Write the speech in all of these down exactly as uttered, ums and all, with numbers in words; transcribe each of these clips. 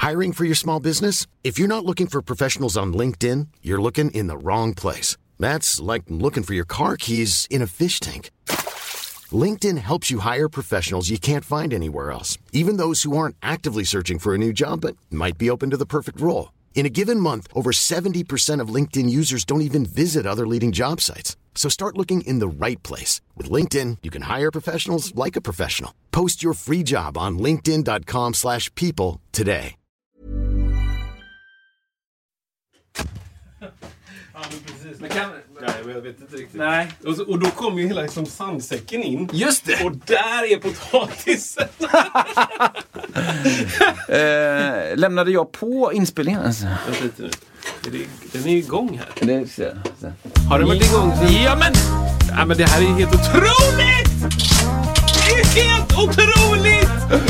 Hiring for your small business? If you're not looking for professionals on LinkedIn, you're looking in the wrong place. That's like looking for your car keys in a fish tank. LinkedIn helps you hire professionals you can't find anywhere else, even those who aren't actively searching for a new job but might be open to the perfect role. In a given month, over seventy percent of LinkedIn users don't even visit other leading job sites. So start looking in the right place. With LinkedIn, you can hire professionals like a professional. Post your free job on linkedin dot com slash people today. Ja, men precis. Men kan... Nej, men jag vet inte riktigt. Nej. Och, så, och då kommer ju hela liksom sandsäcken in. Just det! Och där är potatisen. eh, lämnade jag på inspelningen? Alltså. Vänta lite nu. Är det, den är ju igång här. Det, så, så. Har den varit igång? Ja, men... Ja, men det här är ju helt otroligt! Det är helt otroligt!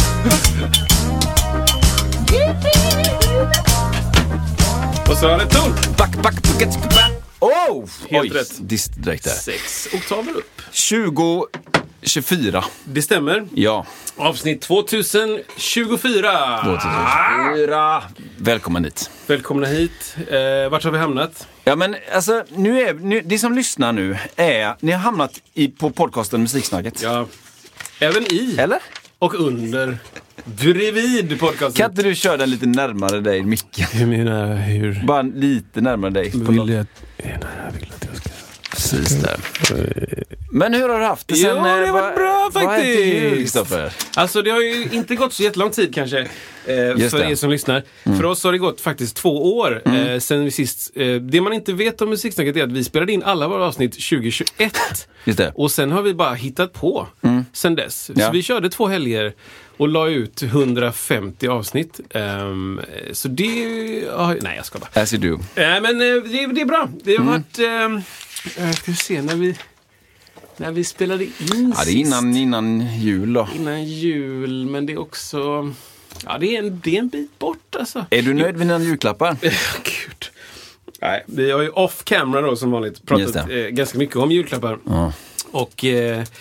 Och så har det ton. Back, back, back, back. Oh! Helt Oj, rätt. Dist direkt där. Sex oktaver upp. tjugo tjugofyra. Det stämmer. Ja. Avsnitt tvåtusentjugofyra. tvåtusentjugofyra. Välkommen hit. Välkomna hit. Eh, vart har vi hamnat? Ja, men alltså, nu är, nu, det som lyssnar nu är, ni har hamnat i, på podcasten Musiksnacket. Ja, även i. Eller? Och under. Bredvid podcasten. Kan inte du köra den lite närmare dig, micken? Jag menar, hur? Bara lite närmare dig. Vill jag, jag vill att jag ska... Precis där. Men hur har du haft det sen? Jo, det har varit bra vad faktiskt. Vad alltså det har ju inte gått så jättelång tid kanske eh, för det. er som lyssnar. Mm. För oss har det gått faktiskt två år mm. eh, sen vi sist. Eh, det man inte vet om Musiksnacket är att vi spelade in alla våra avsnitt tjugohundratjugoett. Just det. Och sen har vi bara hittat på mm. sen dess. Ja. Så vi körde två helger och la ut hundrafemtio avsnitt. Um, så det... Uh, nej, jag ska bara. As you do. Nej, uh, men uh, det, det är bra. Det har mm. varit... Um, jag ska se, när vi... När vi spelade in Ja, det är innan, innan jul då. Innan jul, men det är också... Ja, det är en, det är en bit bort alltså. Är du nöjd med dina julklappar? Gud. Nej, vi har ju off camera då som vanligt pratat eh, ganska mycket om julklappar. Ja. Och... Eh, eh,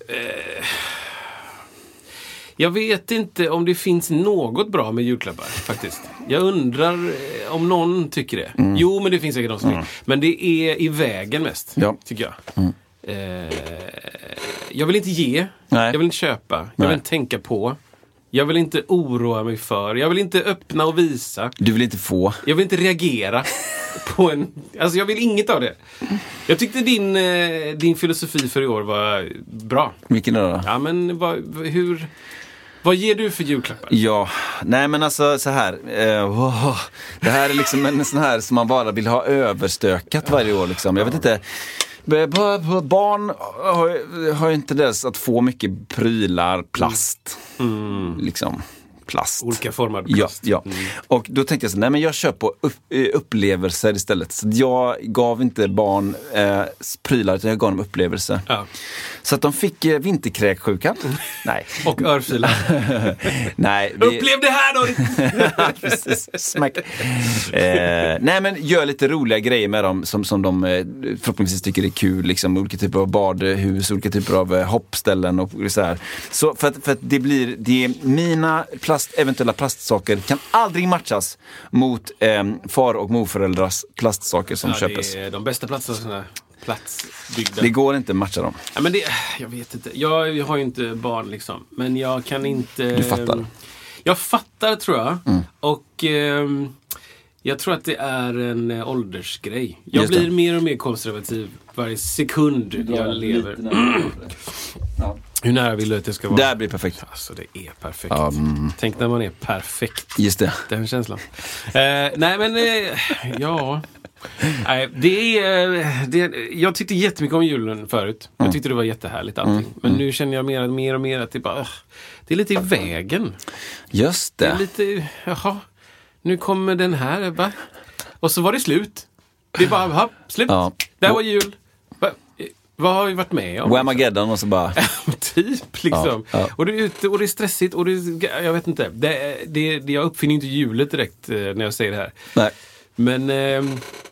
jag vet inte om det finns något bra med julklappar faktiskt. Jag undrar om någon tycker det. Mm. Jo, men det finns säkert någon som mm. Men det är i vägen mest, ja. Tycker jag. Mm. Eh, jag vill inte ge. Nej. Jag vill inte köpa. Jag Nej. vill inte tänka på. Jag vill inte oroa mig för. Jag vill inte öppna och visa. Du vill inte få. Jag vill inte reagera på en... Alltså jag vill inget av det. Jag tyckte din, eh, din filosofi för i år var bra. Vilken då? Ja, men vad, hur... Vad ger du för julklappar? Ja, nej men alltså så här. Eh, oh, det här är liksom en sån här som man bara vill ha överstökat varje år liksom. Jag vet inte... Barn har, har inte dess att få mycket prylar, plast. Mm. Liksom. Plast. Olika former av plast. Ja, ja. Mm. Och då tänkte jag så, nej men jag kör på upp, upplevelser istället. Så jag gav inte barn eh, prylar, utan jag gav dem upplevelser. Ja. Så att de fick eh, vinterkräksjukan. Mm. Nej. Och örfilar. Nej. Det... Upplev det här då! Precis. Smack. Eh, nej men gör lite roliga grejer med dem som, som de eh, förhoppningsvis tycker är kul. Liksom, olika typer av badhus, olika typer av eh, hoppställen och så här. Så för att, för att det blir, det är mina plast, eventuella plastsaker kan aldrig matchas mot eh, far- och morföräldrars plastsaker som ja, köpes. Det är de bästa platserna. Platsbyggda. Det går inte att matcha dem. Ja, men det, jag vet inte. Jag, jag har ju inte barn liksom. Men jag kan inte... Du fattar? Jag fattar tror jag. Mm. Och eh, jag tror att det är en eh, åldersgrej. Jag Just blir det. mer och mer konservativ varje sekund jag lever. Ja. Hur nära vill du att det ska vara? Det blir perfekt. Alltså det är perfekt. Um, Tänk när man är perfekt. Just det. Den känslan. eh, nej men, eh, ja... Nej, det är, det är, jag tyckte jättemycket om julen förut. Jag tyckte det var jättehärligt allting. Mm. Men nu känner jag mer, mer och mer att det bara, det är lite i vägen. Just det. Det är lite, jaha, nu kommer den här, va? Och så var det slut. Det är bara, ha, slut. Ja. Det här var jul. Va, vad har vi varit med om? Whamageddon och så bara... typ, liksom. Ja, ja. Och det är ute och det är stressigt och det, jag vet inte. Det, det, det, jag uppfinner inte hjulet direkt när jag säger det här. Nej. Men... Eh,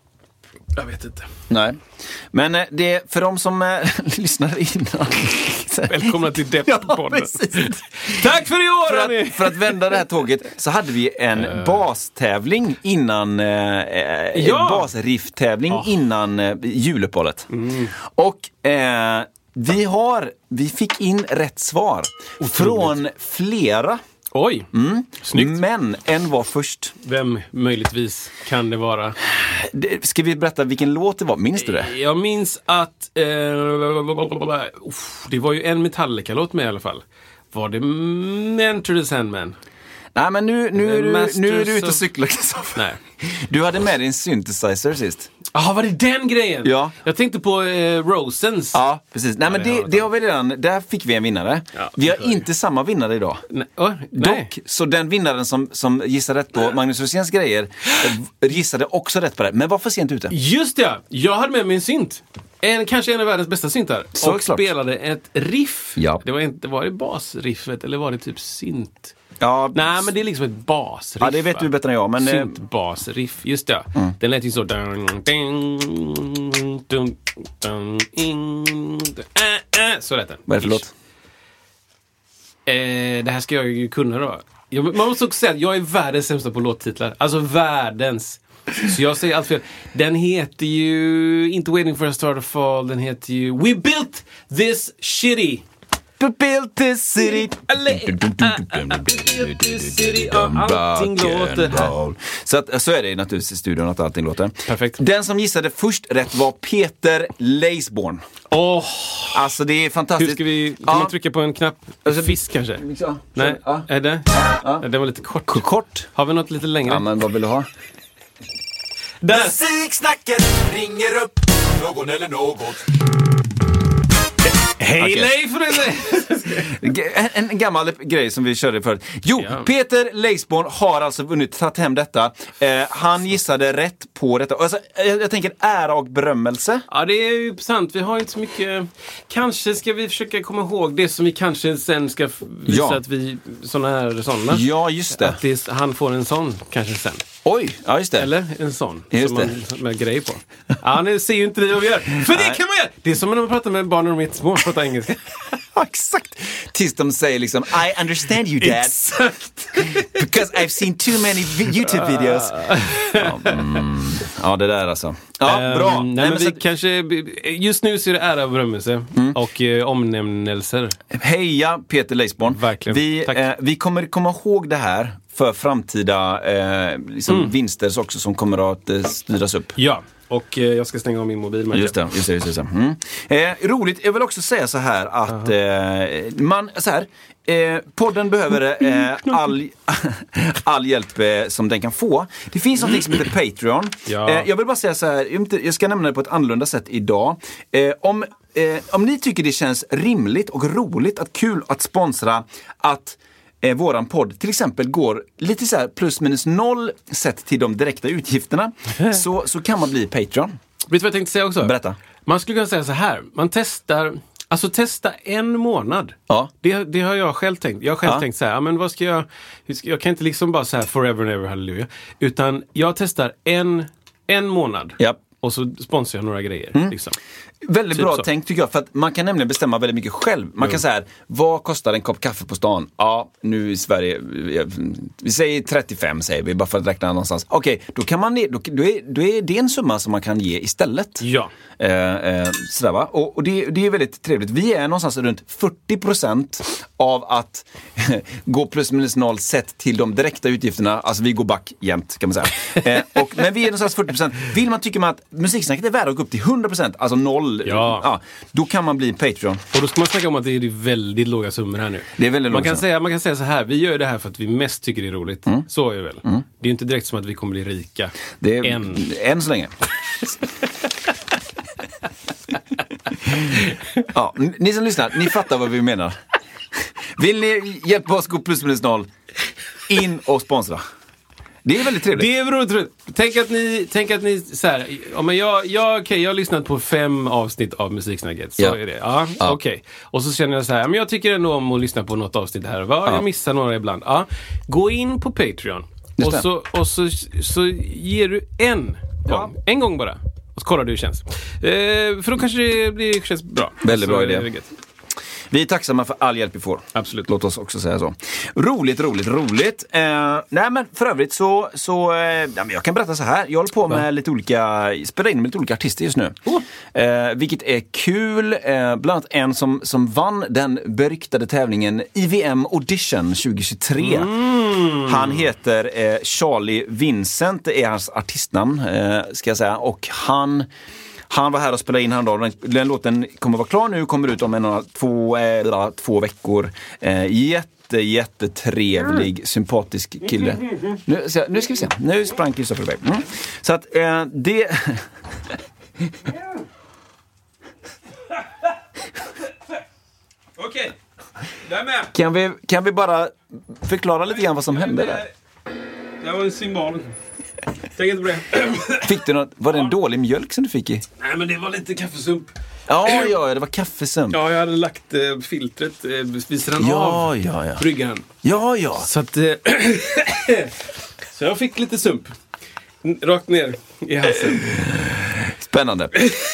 jag vet inte. Nej. Men det för de som äh, lyssnar innan Välkomna till Depp-podden. Ja, tack för i år, för hörni! att, för att vända det här tåget så hade vi en uh. bastävling innan eh, ja. basrifftävling oh. innan eh, juluppehållet. Mm. Och eh, vi har vi fick in rätt svar Otroligt. från flera. Oj, mm. snyggt. Men en var först. Vem möjligtvis kan det vara? Det, ska vi berätta vilken låt det var? Minns du det? Jag minns att eh, det var ju en Metallica-låt med i alla fall. Var det Enter the Sandman? Nej, men nu, nu, nu, nu är du ute och cyklar. Nej. Du hade med din synthesizer sist. Ja, var det den grejen? Ja. Jag tänkte på eh, Rosens. Ja, precis. Nej, ja, men det, det har vi redan, där fick vi en vinnare. Ja, vi har inte samma vinnare idag. Nej. Oh, nej. Dock, så den vinnaren som, som gissade rätt på Magnus Roséns grejer gissade också rätt på det. Men varför sent ute? Just det, jag hade med min synt. En, kanske en av världens bästa syntar. Så och klart. Spelade ett riff. Ja. Det var inte, var det basriffet eller var det typ synt? Ja, nej, men det är liksom ett basriff. Ja, det vet du bättre än jag. Men synt-basriff, just det. Mm. Den lät ju så. Så lät den. Vad är det för låt? Eh, det här ska jag ju kunna då. Jag, man måste också säga att jag är världens sämsta på låttitlar. Alltså världens. Så jag säger allt fel. Den heter ju inte Waiting for a Star to Fall. Den heter ju We Built This Shitty. We built this city. Allting låter här. Så, att, så är det naturligtvis i studion att allting låter. Perfekt. Den som gissade först rätt var Peter Leisborn. Åh, oh. Alltså det är fantastiskt. Hur ska vi, kan ja. man trycka på en knapp? Alltså, fisk kanske? Så. Nej, ja. är det? Ja. Den var lite kort. K- kort? Har vi något lite längre? Ja, men vad vill du ha? Där! Musiksnacket ringer upp någon eller något. Hej okay. Leif! en, en gammal grej som vi körde förut. Jo, ja. Peter Leisborn har alltså vunnit, tagit hem detta. Eh, han gissade rätt på detta. Alltså, jag, jag tänker ära och berömmelse. Ja, det är ju sant. Vi har inte så mycket... Kanske ska vi försöka komma ihåg det som vi kanske sen ska visa ja. att vi... Såna här såna. Ja, just det. Att det, han får en sån kanske sen. Oj, ja just det. Eller en sån. Just som det. man som är grej på. Ja, nu ser ju inte vi vad vi gör. För det kan man göra! Det är som när man pratar med barn när de är små. Pratar engelska. Ja, exakt. Tills de säger liksom I understand you, dad. Exakt. Because I've seen too many YouTube videos. Ja, mm. ja det där alltså. Ja, um, bra. Nej, men vi att... kanske, just nu så är det ära och berömmelse mm. och eh, omnämnelser. Heja Peter Leisborn. Verkligen. Vi, eh, vi kommer komma ihåg det här för framtida eh, liksom mm. vinster också som kommer att eh, styras upp. Ja. Och eh, jag ska stänga av min mobil. Just det, just det, just det. Mm. Eh, roligt, jag vill också säga så här att eh, man, så här, eh, podden behöver eh, all, all hjälp eh, som den kan få. Det finns något som heter Patreon. Ja. Eh, jag vill bara säga så här, jag ska nämna det på ett annorlunda sätt idag. Eh, om, eh, om ni tycker det känns rimligt och roligt, att kul att sponsra, att Eh, våran podd till exempel går lite så här plus minus noll sett till de direkta utgifterna så, så kan man bli Patreon. Vet du vad jag tänkte säga också? Berätta. Man skulle kunna säga så här. Man testar, alltså testa en månad. Ja. Det, det har jag själv tänkt. Jag har själv ja. tänkt så här, men vad ska jag, jag kan inte liksom bara så här forever and ever, halleluja. Utan jag testar en, en månad. Ja. Och så sponsrar jag några grejer. Mm. Liksom. Väldigt typ bra så. tänkt tycker jag. För att man kan nämligen bestämma väldigt mycket själv. Man mm. kan säga, vad kostar en kopp kaffe på stan? Ja, nu i Sverige, vi säger trettiofem säger vi, bara för att räkna någonstans. Okej, okay, då kan man, då, då, är, då är det en summa som man kan ge istället. Ja. Eh, eh, sådär va? Och, och det, det är väldigt trevligt. Vi är någonstans runt fyrtio procent av att gå plus minus noll sett till de direkta utgifterna. Alltså vi går back jämt kan man säga. Eh, och, men vi är någonstans fyrtio procent. Vill man tycka man att musiksnacket är värd att gå upp till hundra procent, alltså noll, ja. Ja, då kan man bli Patreon. Och då ska man snacka om att det är väldigt låga summor här nu. Det är väldigt man, kan låga. säga, man kan säga så här, vi gör det här för att vi mest tycker det är roligt. Mm. Så är det väl. Mm. Det är ju inte direkt som att vi kommer bli rika. Det är, än. än så länge. Ja, ni som lyssnar, ni fattar vad vi menar. Vill ni hjälpa oss gå plus minus noll, in och sponsra. Det är väldigt trevligt. Det är roligt, roligt. Tänk att ni, tänk att ni så här, ja, men jag, jag, okay, jag har lyssnat på fem avsnitt av Musiksnacket. Så ja. är det. Ja, ja. Okej. Okay. Och så känner jag så här, men jag tycker ändå om att lyssna på något avsnitt här. Va? Ja. Jag missar några ibland. Ja. Gå in på Patreon. Och, så, och så, så ger du en ja. gång. En gång bara. Och så kollar du hur det känns. Eh, för då kanske det blir, känns bra. Väldigt så bra idé. Vi är tacksamma för all hjälp vi får. Absolut. Låt oss också säga så. Roligt, roligt, roligt. Eh, nej men för övrigt så, så eh, ja, men jag kan berätta så här. Jag håller på med Va? lite olika, spelar in med lite olika artister just nu. Oh. Eh, vilket är kul. Eh, bland annat en som, som vann den beryktade tävlingen I V M Audition tjugohundratjugotre. Mm. Han heter eh, Charlie Vincent, det är hans artistnamn eh, ska jag säga. Och han... Han var här och spelade in häromdagen. Den, den låten kommer vara klar nu, kommer ut om en, två, eh, två veckor. Eh, jätte, jättetrevlig, mm. sympatisk kille. Nu, så, nu ska vi se. Nu sprang Kristoffer iväg. Mm. Så att eh, det... Okej, där med. Kan vi, kan vi bara förklara lite grann vad som hände där? Det var en symbol. Tänk inte på det. Fick du något, var det en dålig mjölk som du fick i? Nej, men det var lite kaffesump. Ja, ja, det var kaffesump. Ja, jag hade lagt eh, filtret eh, vid sidan ja, av ja, ja. bryggan. Ja, ja. Så att... Eh, så jag fick lite sump. Rakt ner i halsen. Spännande.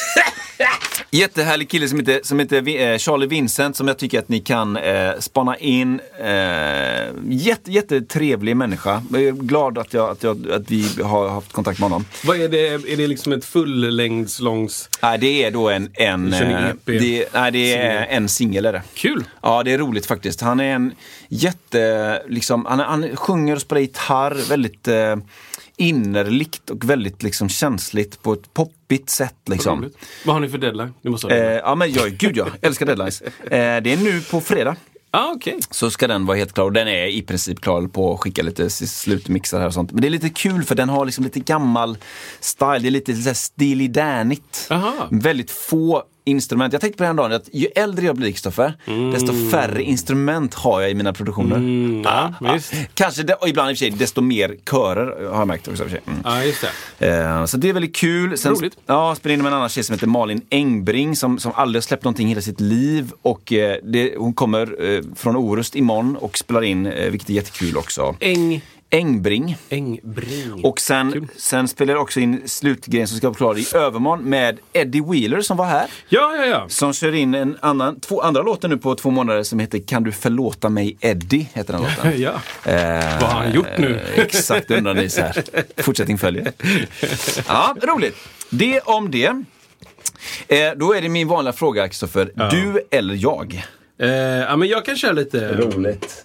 Jättehärlig kille som heter, som heter eh, Charlie Vincent, som jag tycker att ni kan eh, spana in. Eh, jätte, jättetrevlig människa. Jag är glad att, jag, att, jag, att vi har haft kontakt med honom. Vad är det? Är det liksom ett fullängdslångs... Nej, det är då en... en E P. det, nej, det är en singel är det. Kul! Ja, det är roligt faktiskt. Han är en jätte... Liksom, han, han sjunger och spelar gitarr väldigt... Eh, innerligt och väldigt liksom känsligt på ett poppigt sätt liksom. Vad, Vad har ni för deadline? Du måste ha eh, ja men jag gud jag älskar deadlines. Eh, det är nu på fredag. Ah, okay. Så ska den vara helt klar och den är i princip klar på att skicka lite slutmixar här och sånt. Men det är lite kul för den har liksom lite gammal style, det är lite så här Steely Dan-igt. Väldigt få instrument. Jag tänkte på den dagen att ju äldre jag blir, Kristoffer, mm. desto färre instrument har jag i mina produktioner. Mm, ja, ah, ah. Kanske, det, och ibland i och för sig, desto mer körer har jag märkt också. Mm. Ja, just det. Eh, så det är väldigt kul. Sen, roligt. Ja, spelar in med en annan tjej som heter Malin Engbring som, som aldrig har släppt någonting hela sitt liv. Och eh, det, hon kommer eh, från Orust imorgon och spelar in, eh, vilket är jättekul också. Eng... Engbring. Engbring. Och sen, sen spelar jag också in slutgrejen som ska vara klar i övermorgon med Eddie Wheeler som var här. Ja, ja, ja. Som kör in en annan, två andra låtar nu på två månader som heter Kan du förlåta mig Eddie, heter den låten. Ja. Eh, Vad har han gjort nu? Exakt, undrar ni så här. Fortsättning följer. Ja, roligt. Det om det. Eh, då är det min vanliga fråga, Kristoffer. Ja. Du eller jag? Eh, ja, men jag kan köra lite... Roligt.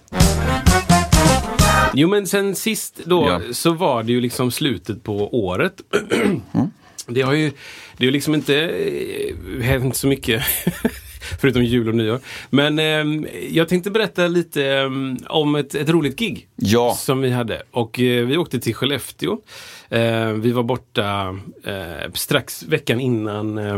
Jo, men sen sist då ja. så var det ju liksom slutet på året. Mm. Det har ju det är ju liksom inte eh, hänt så mycket förutom jul och nyår. Men eh, jag tänkte berätta lite eh, om ett, ett roligt gig ja. som vi hade. Och eh, vi åkte till Skellefteå. Eh, vi var borta eh, strax veckan innan eh,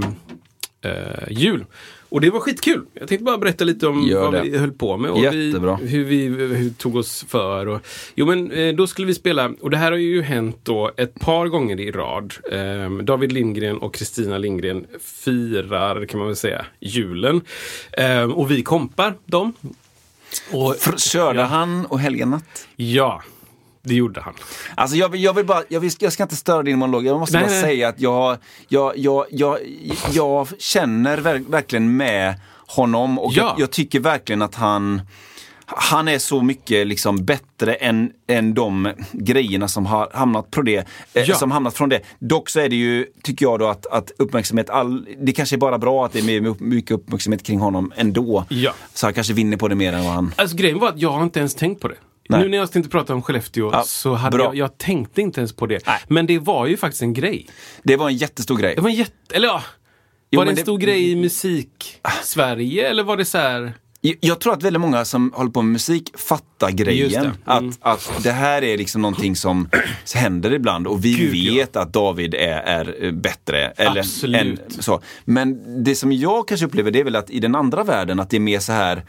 eh, jul. Och det var skitkul. Jag tänkte bara berätta lite om Gör vad det. vi höll på med. Och Jättebra. Vi, hur vi hur tog oss för. Och, jo, men då skulle vi spela. Och det här har ju hänt då ett par gånger i rad. Eh, David Lindgren och Kristina Lindgren firar, kan man väl säga, julen. Eh, och vi kompar dem. Och, för, körde ja. han och Helga Natt? Ja. Det gjorde han. Alltså jag vill, jag vill bara, jag, vill, jag ska inte störa din monolog. Jag måste nej, bara nej. säga att jag, jag, jag, jag, jag känner ver, verkligen med honom. Och ja. jag, jag tycker verkligen att han, han är så mycket liksom bättre än, än de grejerna som har hamnat på det. Eh, ja. Som hamnat från det. Dock så är det ju, tycker jag då, att, att uppmärksamhet, all, det kanske är bara bra att det är mycket uppmärksamhet kring honom ändå. Ja. Så han kanske vinner på det mer än vad han... Alltså grejen var att jag har inte ens tänkt på det. Nej. Nu när jag tänkte prata om Skellefteå ja, så hade jag, jag tänkte inte ens på det. Nej. Men det var ju faktiskt en grej. Det var en jättestor grej. Det var en jätte... Eller ja, jo, var det en det... stor grej i musik Sverige eller var det så här... Jag, jag tror att väldigt många som håller på med musik fattar grejen. Mm. Att, att det här är liksom någonting som händer ibland. Och vi Gud, vet ja. att David är, är bättre. Eller, Absolut. Än, så. Men det som jag kanske upplever, det är väl att i den andra världen att det är mer så här...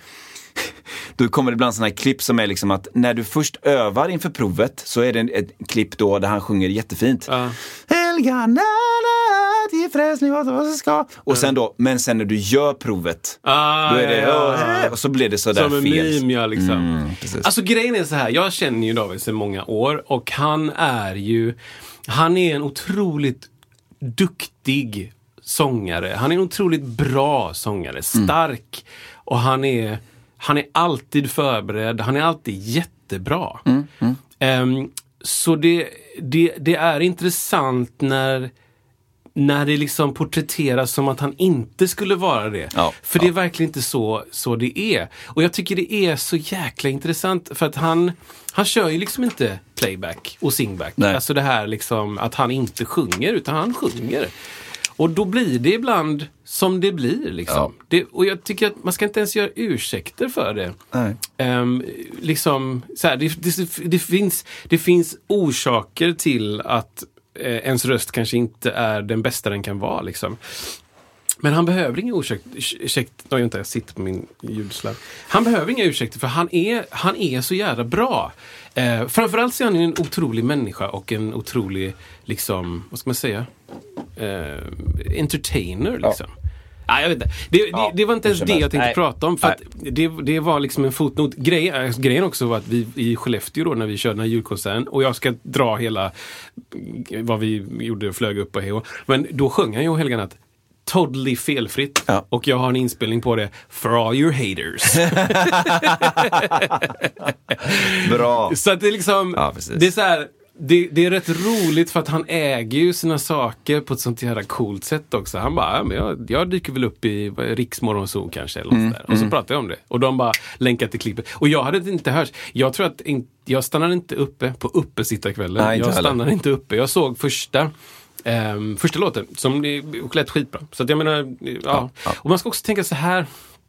Då kommer det ibland sådana här klipp som är liksom att när du först övar inför provet så är det ett klipp då där han sjunger jättefint. Uh. Helga, na, na, till frälsning, vad som ska. Och uh. sen då, men sen när du gör provet uh, då är det, ja, ja. och så blir det så där fel. Som en meme, ja, liksom. Mm, alltså grejen är så här, jag känner ju David sedan många år och han är ju, han är en otroligt duktig sångare. Han är en otroligt bra sångare, stark. Mm. och han är, han är alltid förberedd, han är alltid jättebra. Mm, mm. Um, så det, det, det är intressant när när det liksom porträtteras som att han inte skulle vara det. Ja, för ja. Det är verkligen inte så, så det är. Och jag tycker det är så jäkla intressant för att han, han kör ju liksom inte playback och singback. Nej. Alltså det här liksom att han inte sjunger utan han sjunger. Och då blir det ibland som det blir liksom. Ja. Det, och jag tycker att man ska inte ens göra ursäkter för det. Nej. Um, liksom, så här, det, det, det, finns, det finns orsaker till att eh, ens röst kanske inte är den bästa den kan vara liksom. Men han behöver inga ursäkter. Ursäkt, jag inte jag sitter på min ljudsladd. Han behöver inga ursäkter för han är, han är så jävla bra. Eh, framförallt så är han en otrolig människa och en otrolig, liksom, vad ska man säga? Eh, entertainer, liksom. Ja. Ah, jag vet inte. Det, ja, det, det var inte ens det jag tänkte Nej. prata om. För att det, det var liksom en fotnot. Grej, alltså, grejen också var att vi i Skellefteå då, när vi körde den här julkonserten, och jag ska dra hela vad vi gjorde, flög upp och hej. Men då sjöng han ju Helga natt totally felfritt. Ja. Och jag har en inspelning på det for all your haters. Bra. Så att det är liksom, ja, det är så här, det, det är rätt roligt för att han äger ju sina saker på ett sånt jävla coolt sätt också. Han bara, ja, men jag, jag dyker väl upp i Riksmorgonzoo kanske eller något mm, där. Och så mm. pratar jag om det. Och de bara länkar till klippet. Och jag hade inte hört, jag tror att in, jag stannade inte uppe på uppesittarkvällen. Nej, jag stannade heller. inte uppe. Jag såg första Um, första låten som lät skitbra. Så att jag menar, ja. Ja, ja. Och man ska också tänka så här.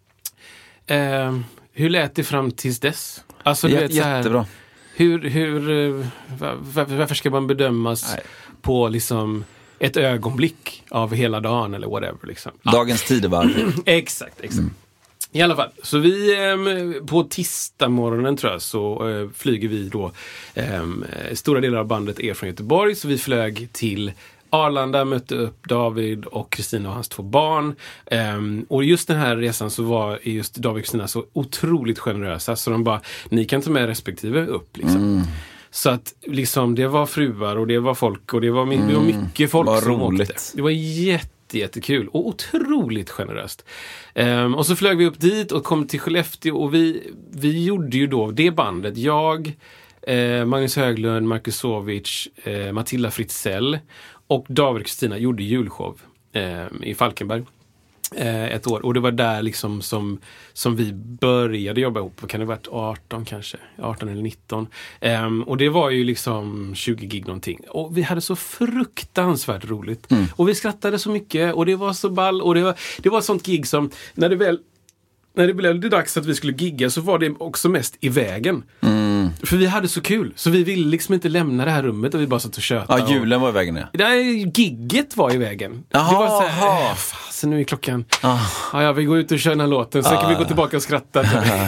Um, hur lät det fram tills dess? Alltså du J- vet så här. Jättebra. Hur, hur uh, var, varför ska man bedömas Nej. på liksom ett ögonblick av hela dagen eller whatever liksom. Dagens tidevarv. Exakt, exakt. Mm. I alla fall, så vi eh, på tisdag morgonen tror jag så eh, flyger vi då eh, stora delar av bandet är från Göteborg, så vi flög till Arlanda, mötte upp David och Kristina och hans två barn. Um, och just den här resan så var just David och Kristina så otroligt generösa. Så de bara, ni kan ta med respektive upp liksom. Mm. Så att liksom det var fruar och det var folk och det var, mm. det var mycket folk var som roligt. åkte. Det var jätte jättekul och otroligt generöst. Um, och så flög vi upp dit och kom till Skellefteå och vi, vi gjorde ju då det bandet. Jag, eh, Magnus Höglund, Marcus Sovic, eh, Matilda Fritzell och David och Kristina gjorde julshow eh, i Falkenberg eh, ett år. Och det var där liksom som, som vi började jobba ihop. Kan det ha varit arton kanske? arton eller nitton. Um, och det var ju liksom tjugo gig någonting. Och vi hade så fruktansvärt roligt. Mm. Och vi skrattade så mycket. Och det var så ball. Och det var, det var ett sånt gig som när det väl när det blev dags att vi skulle gigga så var det också mest i vägen. Mm. För vi hade så kul. Så vi ville liksom inte lämna det här rummet och vi bara satt och tjötade. Ja, julen var i vägen, ja. Nej, gigget var i vägen. Aha, det var så här, äh, så nu är klockan. Ah. Ja, jag vill gå ut och köra den här låten. Sen ah. kan vi gå tillbaka och skratta.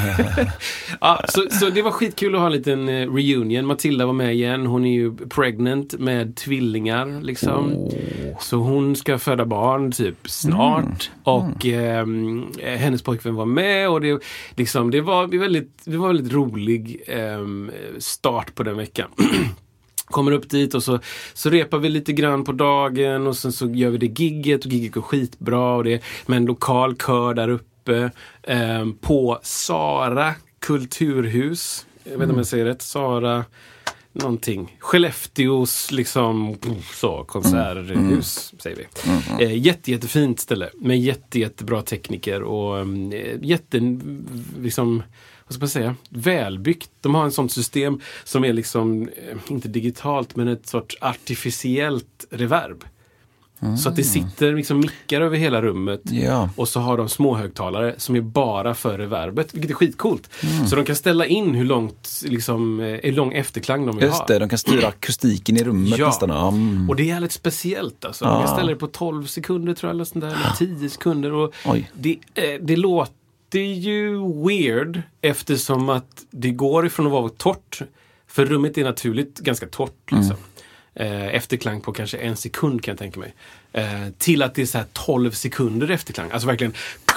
ja, så, så det var skitkul att ha en liten uh, reunion. Matilda var med igen. Hon är ju pregnant med tvillingar, liksom. Oh. Så hon ska föda barn typ snart. Mm. Och mm. Eh, hennes pojkvän var med. Och det, liksom, det, var, väldigt, det var väldigt rolig eh, start på den veckan. Kommer upp dit och så, så repar vi lite grann på dagen och sen så gör vi det gigget och gigget går skitbra och det med en lokal kör där uppe eh, på Sara kulturhus. Jag vet inte om jag säger rätt. Sara någonting. Skellefteås liksom så konserthus mm. säger vi. Mm. Eh, jätte, jättefint ställe med jätte, jättebra tekniker och eh, jätte liksom vad ska man säga, välbyggt. De har en sånt system som är liksom, inte digitalt, men ett sorts artificiellt reverb. Mm. Så att det sitter liksom mickar över hela rummet. Yeah. Och så har de små högtalare som är bara för reverbet, vilket är skitcoolt. Mm. Så de kan ställa in hur långt, liksom, hur lång efterklang de vill Just ha. Just det, de kan styra akustiken i rummet ja. nästan. Mm. Och det är lite speciellt alltså. De kan ställa det på tolv sekunder tror jag, eller, sånt där, eller tio sekunder. Och det, eh, det låter Det är ju weird eftersom att det går ifrån att vara torrt. För rummet är naturligt ganska torrt. Liksom. Mm. Eh, efterklang på kanske en sekund kan jag tänka mig. Eh, till att det är så här tolv sekunder efterklang. Alltså verkligen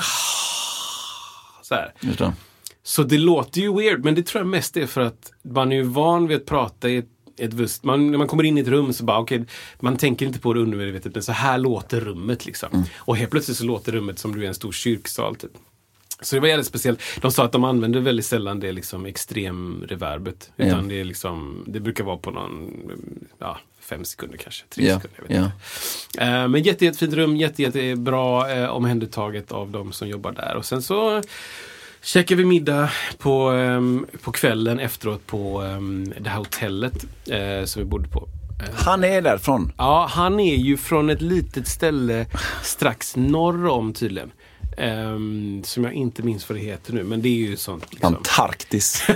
så här. Just det. Så det låter ju weird, men det tror jag mest är för att man är ju van vid att prata i ett, ett vust. Man, när man kommer in i ett rum så bara okej, okay, man tänker inte på det undermedvetet, men så här låter rummet liksom. Mm. Och helt plötsligt så låter rummet som du är en stor kyrksal typ. Så det var jävligt speciellt. De sa att de använder väldigt sällan det liksom extrem reverbet. Utan ja. det är liksom, det brukar vara på någon, ja, fem sekunder kanske, tre ja. sekunder, jag vet ja. inte. Uh, men jätte, jättefint rum, jätte, jätte bra uh, omhändertaget av de som jobbar där. Och sen så käkade vi middag på, um, på kvällen efteråt på um, det här hotellet uh, som vi bodde på. Han är därifrån? Ja, han är ju från ett litet ställe strax norr om tydligen. Um, som jag inte minns vad det heter nu, men det är ju sånt liksom. Antarktis.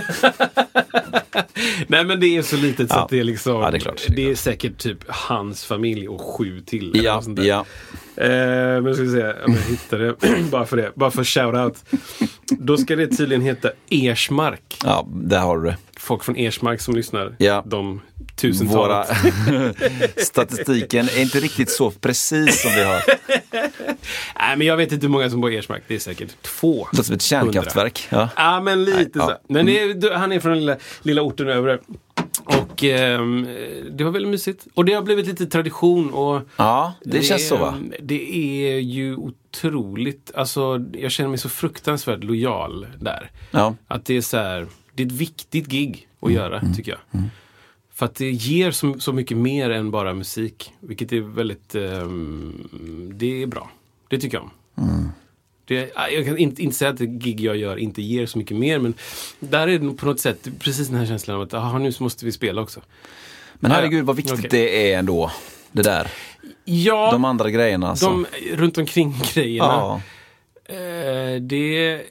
Nej, men det är så litet så ja. att det är liksom ja, det, är klart, det, är det är säkert typ hans familj och sju till. Ja, ja. Uh, men ska vi se om jag hittar det. Bara för det, bara för shoutout. Då ska det tydligen heta Ersmark. Ja, där har du det. Folk från Ersmark som lyssnar. Ja. De tusentalet. Våra statistiken är inte riktigt så precis som vi har. Nej, men jag vet inte hur många som bor i Ersmark. Det är säkert två. Det är som ett kärnkraftverk. Ja, ja men lite Nej, så. Ja. Men det är, han är från den lilla, lilla orten över. Och eh, det var väldigt mysigt. Och det har blivit lite tradition. Och ja, det, det känns är, så va? Det är ju otroligt. Alltså, jag känner mig så fruktansvärt lojal där. Ja. Att det är så här, det är ett viktigt gig att mm, göra, mm, tycker jag. Mm. För att det ger så, så mycket mer än bara musik. Vilket är väldigt, um, det är bra. Det tycker jag om. Mm. Det, jag kan inte, inte säga att det gig jag gör inte ger så mycket mer, men där är det på något sätt precis den här känslan av att aha, nu så måste vi spela också. Men herregud, vad viktigt okay. det är ändå, det där. Ja, de andra grejerna. Alltså. De runt omkring grejerna. Ja. Eh, det,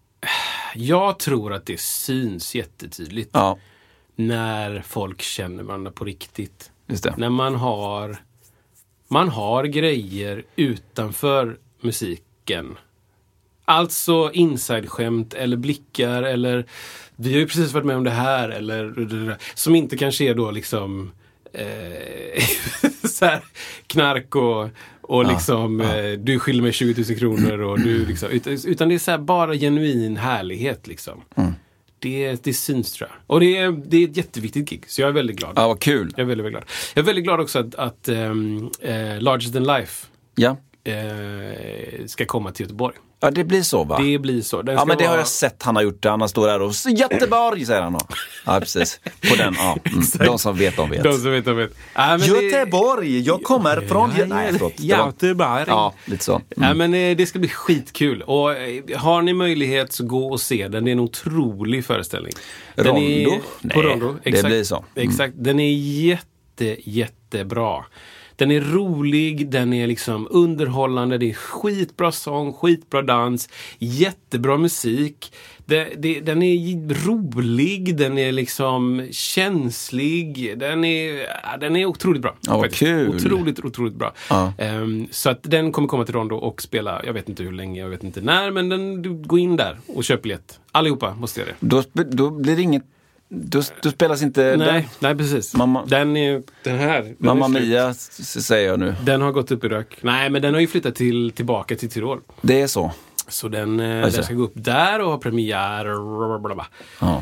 jag tror att det syns jättetydligt. Ja. När folk känner varandra på riktigt. Just det. När man har man har grejer utanför musiken. Alltså inside-skämt eller blickar eller vi har ju precis varit med om det här eller som inte kanske är då liksom eh, så här, knark och, och ja, liksom ja. Eh, du skyller mig tjugo tusen kronor och du liksom, utan, utan det är så här bara genuin härlighet liksom. Mm. Det, det syns tror jag. Och det är, det är ett jätteviktigt gig. Så jag är väldigt glad. Ja, vad kul. Jag är väldigt, väldigt glad. Jag är väldigt glad också att, att um, uh, Larger Than Life ja. uh, ska komma till Göteborg. Ja, det blir så va? Det blir så. Den ja, men det vara... har jag sett han har gjort det. Han har stått där och Göteborg, säger han. Och. Ja, precis. På den, ja. Mm. De som vet, de vet. De som vet, de vet. Ja, men Göteborg, det... jag kommer från... Ja, nej, förlåt. Göteborg. Ja, lite så. Mm. Ja, men det ska bli skitkul. Och har ni möjlighet så gå och se den. Det är en otrolig föreställning. Den Rondo? Är... Nej, på Rondo. Exakt. Det blir så. Mm. Exakt. Den är jätte, jättebra. Den är rolig, den är liksom underhållande, det är skitbra sång, skitbra dans, jättebra musik. Det, det, den är rolig, den är liksom känslig, den är, den är otroligt bra. Ja, vad kul. Otroligt, otroligt bra. Ja. Um, så att den kommer komma till Rondo och spela, jag vet inte hur länge, jag vet inte när, men den, du går in där och köp biljett. Allihopa måste göra det. Då, då blir det inget Då, då spelas inte nej, den. Nej, precis. Mamma, den är den här. Den Mamma är Mia säger jag nu. Den har gått upp i rök. Nej, men den har ju flyttat till, tillbaka till Tirol. Det är så. Så den, den ska gå upp där och ha premiär. Ja.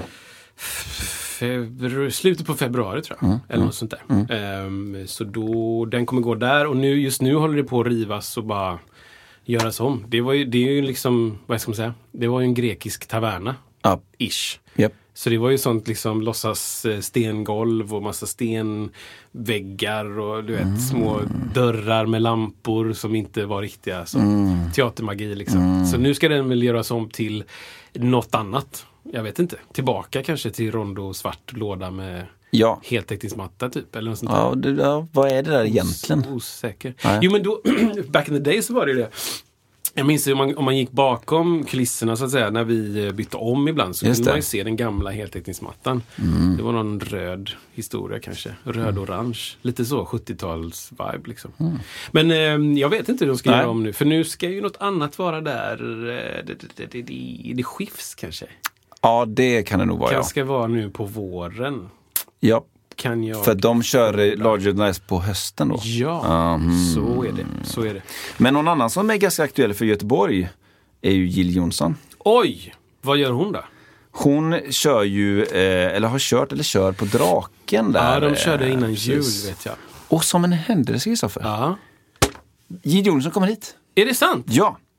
Febru- slutet på februari tror jag. Mm, eller mm, något sånt där. Mm. Um, så då, den kommer gå där. Och nu, just nu håller det på att rivas och bara göras om. Det var ju, det är ju liksom, vad ska man säga? Det var ju en grekisk taverna. Ja. Ish. Yep. Så det var ju sånt liksom låtsas stengolv och massa stenväggar och du vet mm. små dörrar med lampor som inte var riktiga som mm. teatermagi liksom. Mm. Så nu ska den väl göras om till något annat. Jag vet inte. Tillbaka kanske till Rondo svart låda med ja. heltäckningsmatta typ eller något sånt ja, det, ja, vad är det där egentligen? Os- osäker. Nej. Jo men då back in the day så var det ju det. Jag minns om man, om man gick bakom kulisserna så att säga när vi bytte om ibland så Just kunde det. man ju se den gamla heltäckningsmattan. Mm. Det var någon röd historia kanske. Röd-orange. Lite så sjuttio-tals-vibe liksom. Mm. Men eh, jag vet inte hur de ska Nej. göra om nu. För nu ska ju något annat vara där. Det, det, det, det, det skifts kanske. Ja, det kan det nog vara. Det ja. ska vara nu på våren. Ja. Kan jag... För de kör Larger Than Life på hösten då? Ja, mm. så är det. Så är det. Men någon annan som är ganska aktuell för Göteborg är ju Jill Johnson. Oj! Vad gör hon då? Hon kör ju, eh, eller har kört eller kör på Draken där. Ja, de körde innan eh, jul vet jag. Och som en händelse, Kristoffer. Ja. Jill Johnson kommer hit. Är det sant? Ja.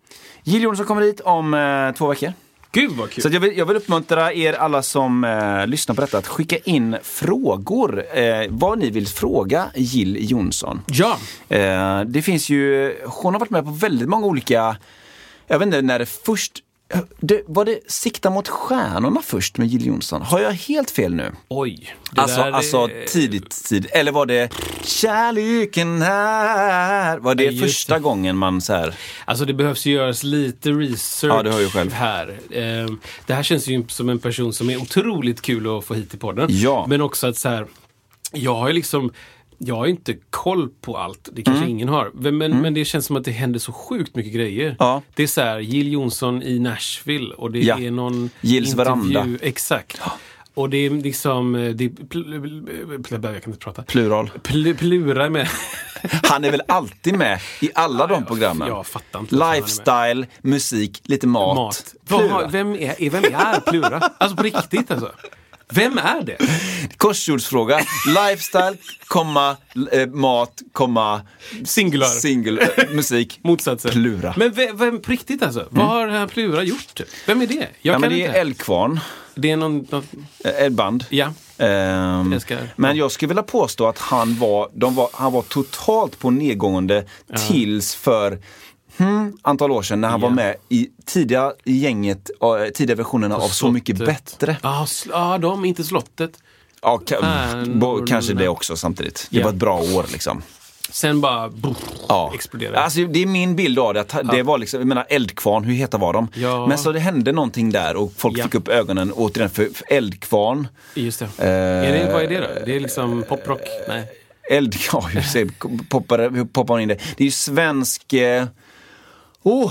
Jill Johnson kommer hit om eh, två veckor. Gud vad kul. Så jag vill, jag vill uppmuntra er alla som eh, lyssnar på detta att skicka in frågor. Eh, vad ni vill fråga Jill Johnson. Ja. Eh, det finns ju, hon har varit med på väldigt många olika, jag vet inte när det först, det, var det Sikta mot stjärnorna först med Jill Johnson? Har jag helt fel nu? Oj. Alltså, är... alltså tidigt tid. Eller var det Kärleken här? Var det ja, första det. gången man så här... Alltså det behövs ju göras lite research ja, det hör jag själv. här. Det här känns ju som en person som är otroligt kul att få hit i podden. Ja. Men också att så här, jag har ju liksom... Jag har inte koll på allt. Det kanske mm. ingen har. Men, mm. men det känns som att det händer så sjukt mycket grejer. Ja. Det är så här, Jill Johnson i Nashville. Och det ja. är någon Jills intervju. Veranda. Exakt. Ja. Och det är liksom... Det är pl- pl- jag kan inte prata. Plural. Pl- plura med. Han är väl alltid med i alla ja, de programmen. Jag fattar inte. Lifestyle, musik, lite mat. mat. Vad, vem, är, vem är Plura? Alltså på riktigt alltså. Vem är det? Korsordsfråga. Lifestyle, komma, eh, mat, komma, singular, single, eh, musik, motsatsen. Plura. Men vem, vem på riktigt alltså? Mm. Vad har den här Plura gjort? Vem är det? Jag ja, kan men det inte. är Eldkvarn. Det är någon... någon... Ett band. Ja. Um, jag ska... Men jag skulle vilja påstå att han var, de var, han var totalt på nedgående ja. tills för... Hmm, antal år sedan när han ja. var med i tidiga gänget, uh, tidiga versionerna av Så mycket bättre. Ja, ah, sl- ah, de, inte slottet. Ja, ka- bo- kanske det också samtidigt. Det ja. var ett bra år liksom. Sen bara buff, ja. exploderade. Alltså, det är min bild av det. Att det ja. var liksom, jag menar, Eldkvarn, hur heter var de? Ja. Men så det hände någonting där och folk ja. fick upp ögonen återigen för, för Eldkvarn. Just det. Eh, är det. Vad är det då? Det är liksom poprock? Nej. Eld, ja, jag ser, poppar, poppar in det. Det är ju svensk... Eh, Oh,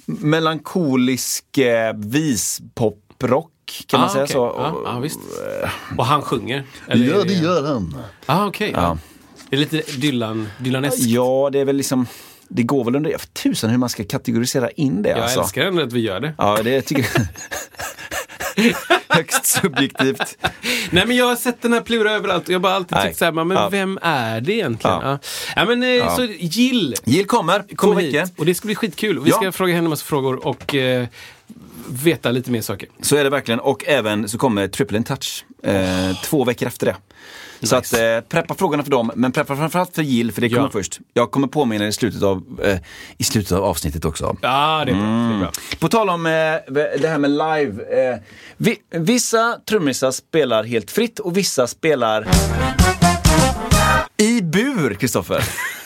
melankolisk eh, vispoprock kan man ah, säga okay. så. Ja, och, ah, visst. Och han sjunger? Eller ja, det gör han. Ah, okej. Okay. Ja. Det är lite Dylan, Dylaneskt. Ja, det är väl liksom, det går väl under, för tusen hur man ska kategorisera in det. Jag alltså. älskar ändå att vi gör det. Ja, det tycker jag. Högst subjektivt. Nej, men jag har sett den här Plura överallt och jag har bara alltid tyckt såhär, men ja. vem är det egentligen? Ja, ja men ja. så Jill Jill kommer, kommer hit och det ska bli skitkul. Vi ska ja. fråga henne en massa frågor och eh, veta lite mer saker. Så är det verkligen, och även så kommer Triple in Touch eh, oh. två veckor efter det. Så nice. att eh, preppa frågorna för dem, men preppa framförallt för Jill, för det kommer ja. först. Jag kommer påminna i slutet av eh, i slutet av avsnittet också. Ja, det är bra. Mm. Det är bra. På tal om eh, det här med live. Eh, vi, vissa trummisar spelar helt fritt och vissa spelar i bur, Kristoffer.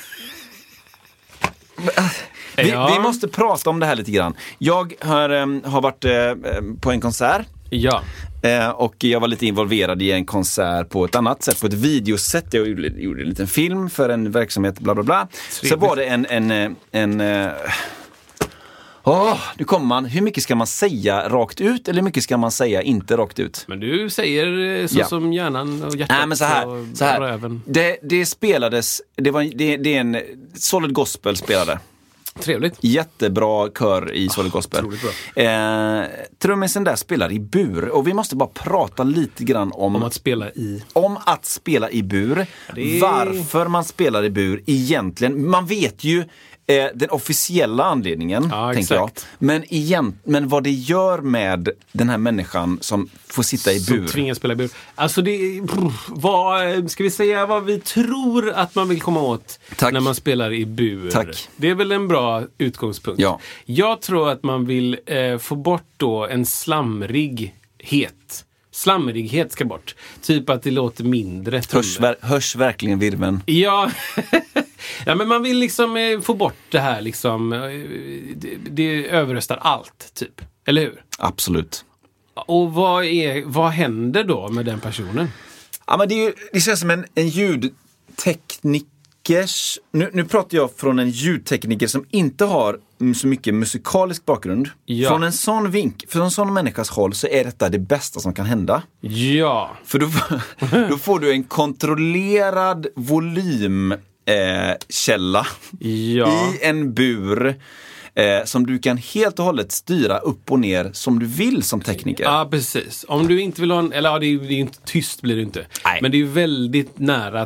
vi, ja. vi måste prata om det här lite grann. Jag har, eh, har varit eh, på en konsert. Ja. Eh, och jag var lite involverad i en konsert på ett annat sätt, på ett videosätt. Jag gjorde, gjorde en liten film för en verksamhet, bla bla bla. Så var det en... en, en, en uh, oh, nu kommer man. Hur mycket ska man säga rakt ut eller hur mycket ska man säga inte rakt ut? Men du säger så ja. som hjärnan och hjärtat. Nej, men så här, och så här. Det, det spelades, det, var, det, det är en Solid Gospel spelade. Trevligt. Jättebra kör i Solid Gospel. Eh, trummisen där spelar i bur. Och vi måste bara prata lite grann om... Om att spela i... Om att spela i bur. Det... Varför man spelar i bur egentligen. Man vet ju eh, den officiella anledningen, ja, tänker jag. Men, igen, men vad det gör med den här människan som får sitta i bur. Som tvingas spela i bur. Alltså det pff, vad, ska vi säga vad vi tror att man vill komma åt Tack. när man spelar i bur. Tack. Det är väl en bra utgångspunkt. Ja. Jag tror att man vill eh, få bort då en slamrighet. Slamrighet ska bort. Typ att det låter mindre. Hörs, ver- hörs verkligen virven? Ja. Ja, men man vill liksom eh, få bort det här liksom. Eh, det, det överröstar allt, typ. Eller hur? Absolut. Och vad, är, vad händer då med den personen? Ja, men det, är ju, det känns som en, en ljudteknikers... Nu, nu pratar jag från en ljudtekniker som inte har så mycket musikalisk bakgrund. Ja. Från en sån vink, från en sån människas håll så är detta det bästa som kan hända. Ja. För då, då får du en kontrollerad volym eh, källa ja. i en bur. Eh, som du kan helt och hållet styra upp och ner som du vill som tekniker. Ja, precis. Om du inte vill ha en... Eller ja, det är ju inte tyst blir det inte. Nej. Men det är ju väldigt nära, tror jag.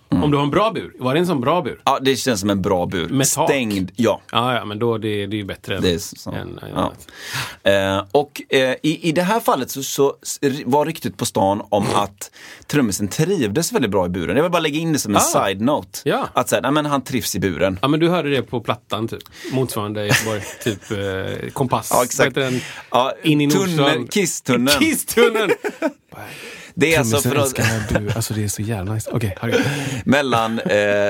Mm. Om du har en bra bur. Var det en sån bra bur? Ja, det känns som en bra bur. Med stängd, ja. Ja, ja, men då det, det är ju bättre än, det är så. än, än ja. eh, Och eh, i, i det här fallet så, så var ryktet på stan om att trummisen trivdes väldigt bra i buren. Jag vill bara lägga in det som en ah. side-note. Ja. Att säga, nej men han trivs i buren. Ja, men du hörde det på plattan typ. Motsvarande Göteborg, typ eh, kompass. Ja, exakt. Den, ja, in i tunnel, Kisstunneln. Kisstunneln! Det är alltså för oss... du. Alltså det är så jävla nice. Okej, okay, mellan... Eh...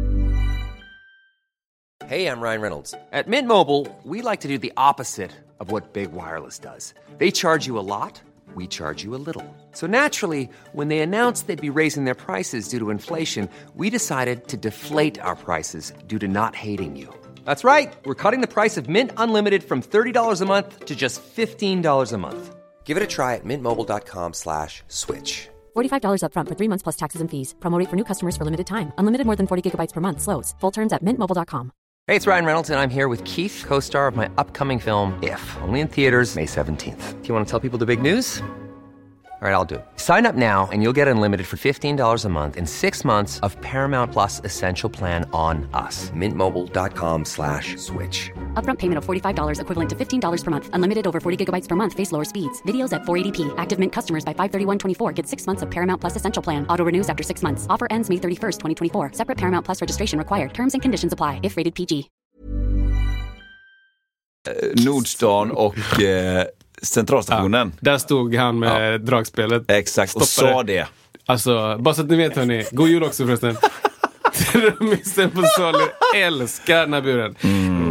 Hey, I'm Ryan Reynolds. At Mint Mobile, we like to do the opposite of what Big Wireless does. They charge you a lot, we charge you a little. So naturally, when they announced they'd be raising their prices due to inflation, we decided to deflate our prices due to not hating you. That's right. We're cutting the price of Mint Unlimited from thirty dollars a month to just fifteen dollars a month. Give it a try at mintmobile.com slash switch. forty-five dollars up front for three months plus taxes and fees. Promo rate for new customers for limited time. Unlimited more than forty gigabytes per month slows. Full terms at mint mobile dot com. Hey, it's Ryan Reynolds, and I'm here with Keith, co-star of my upcoming film, If, only in theaters May seventeenth. Do you want to tell people the big news? All right, I'll do it. Sign up now and you'll get unlimited for fifteen dollars a month and six months of Paramount Plus Essential Plan on us. mintmobile.com slash switch. Upfront payment of forty-five dollars equivalent to fifteen dollars per month. Unlimited over forty gigabytes per month. Face lower speeds. Videos at four eighty p. Active Mint customers by five thirty-one twenty-four get six months of Paramount Plus Essential Plan. Auto renews after six months. Offer ends May thirty-first, twenty twenty-four. Separate Paramount Plus registration required. Terms and conditions apply if rated P G. Nordstan och... Eh... Centralstationen. Ja, där stod han med ja. dragspelet. Exakt, och sa det. Alltså, bara så att ni vet hörni. God jul också förresten. Trummisen på Solly älskar den här buren. Mm.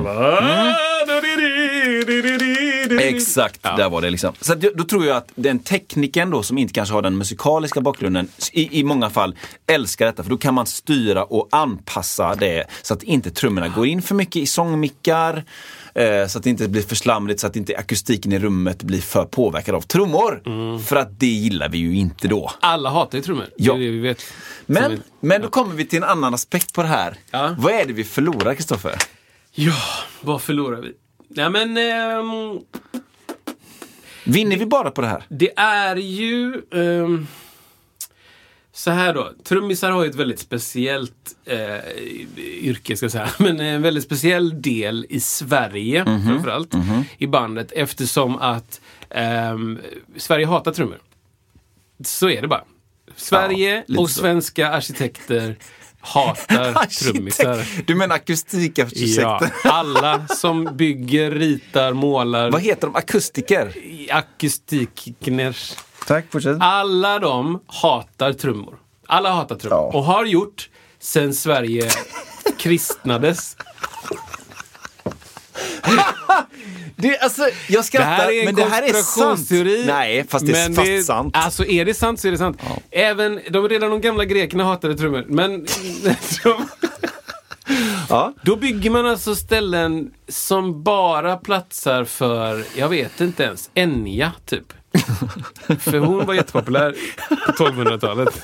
Mm. Exakt, ja. Där var det liksom. Så då, då tror jag att den tekniken då som inte kanske har den musikaliska bakgrunden i, i många fall älskar detta. För då kan man styra och anpassa det så att inte trummorna går in för mycket i sångmickar. Så att det inte blir för slamligt, så att inte akustiken i rummet blir för påverkad av trummor. Mm. För att det gillar vi ju inte då. Alla hatar ju trummor. Ja. Det är det vi vet. Men, vi, men då kommer vi till en annan aspekt på det här. Ja. Vad är det vi förlorar, Kristoffer? Ja, vad förlorar vi? Nej men... Ähm, vinner vi bara på det här? Det är ju... Ähm, så här då, trummisar har ju ett väldigt speciellt eh, yrke ska jag säga, men en väldigt speciell del i Sverige mm-hmm. framförallt mm-hmm. i bandet, eftersom att eh, Sverige hatar trummor. Så är det bara. Sverige ja, och svenska så. Arkitekter hatar trummisar. Du menar akustikarkitekter? Ja, alla som bygger, ritar, målar. Vad heter de? Akustiker? Akustikners. Tack, fortsätt. Alla de hatar trummor. Alla hatar trummor. Ja. Och har gjort sen Sverige kristnades. Det, alltså, jag skrattar, det men det här är sant. Nej, fast det är fast det, sant. Alltså, är det sant så är det sant. Ja. Även, de redan de gamla grekerna hatade trummor. Men de, ja. Då bygger man alltså ställen som bara platsar för, jag vet inte ens, Enya typ. För hon var jättepopulär på tolvhundratalet.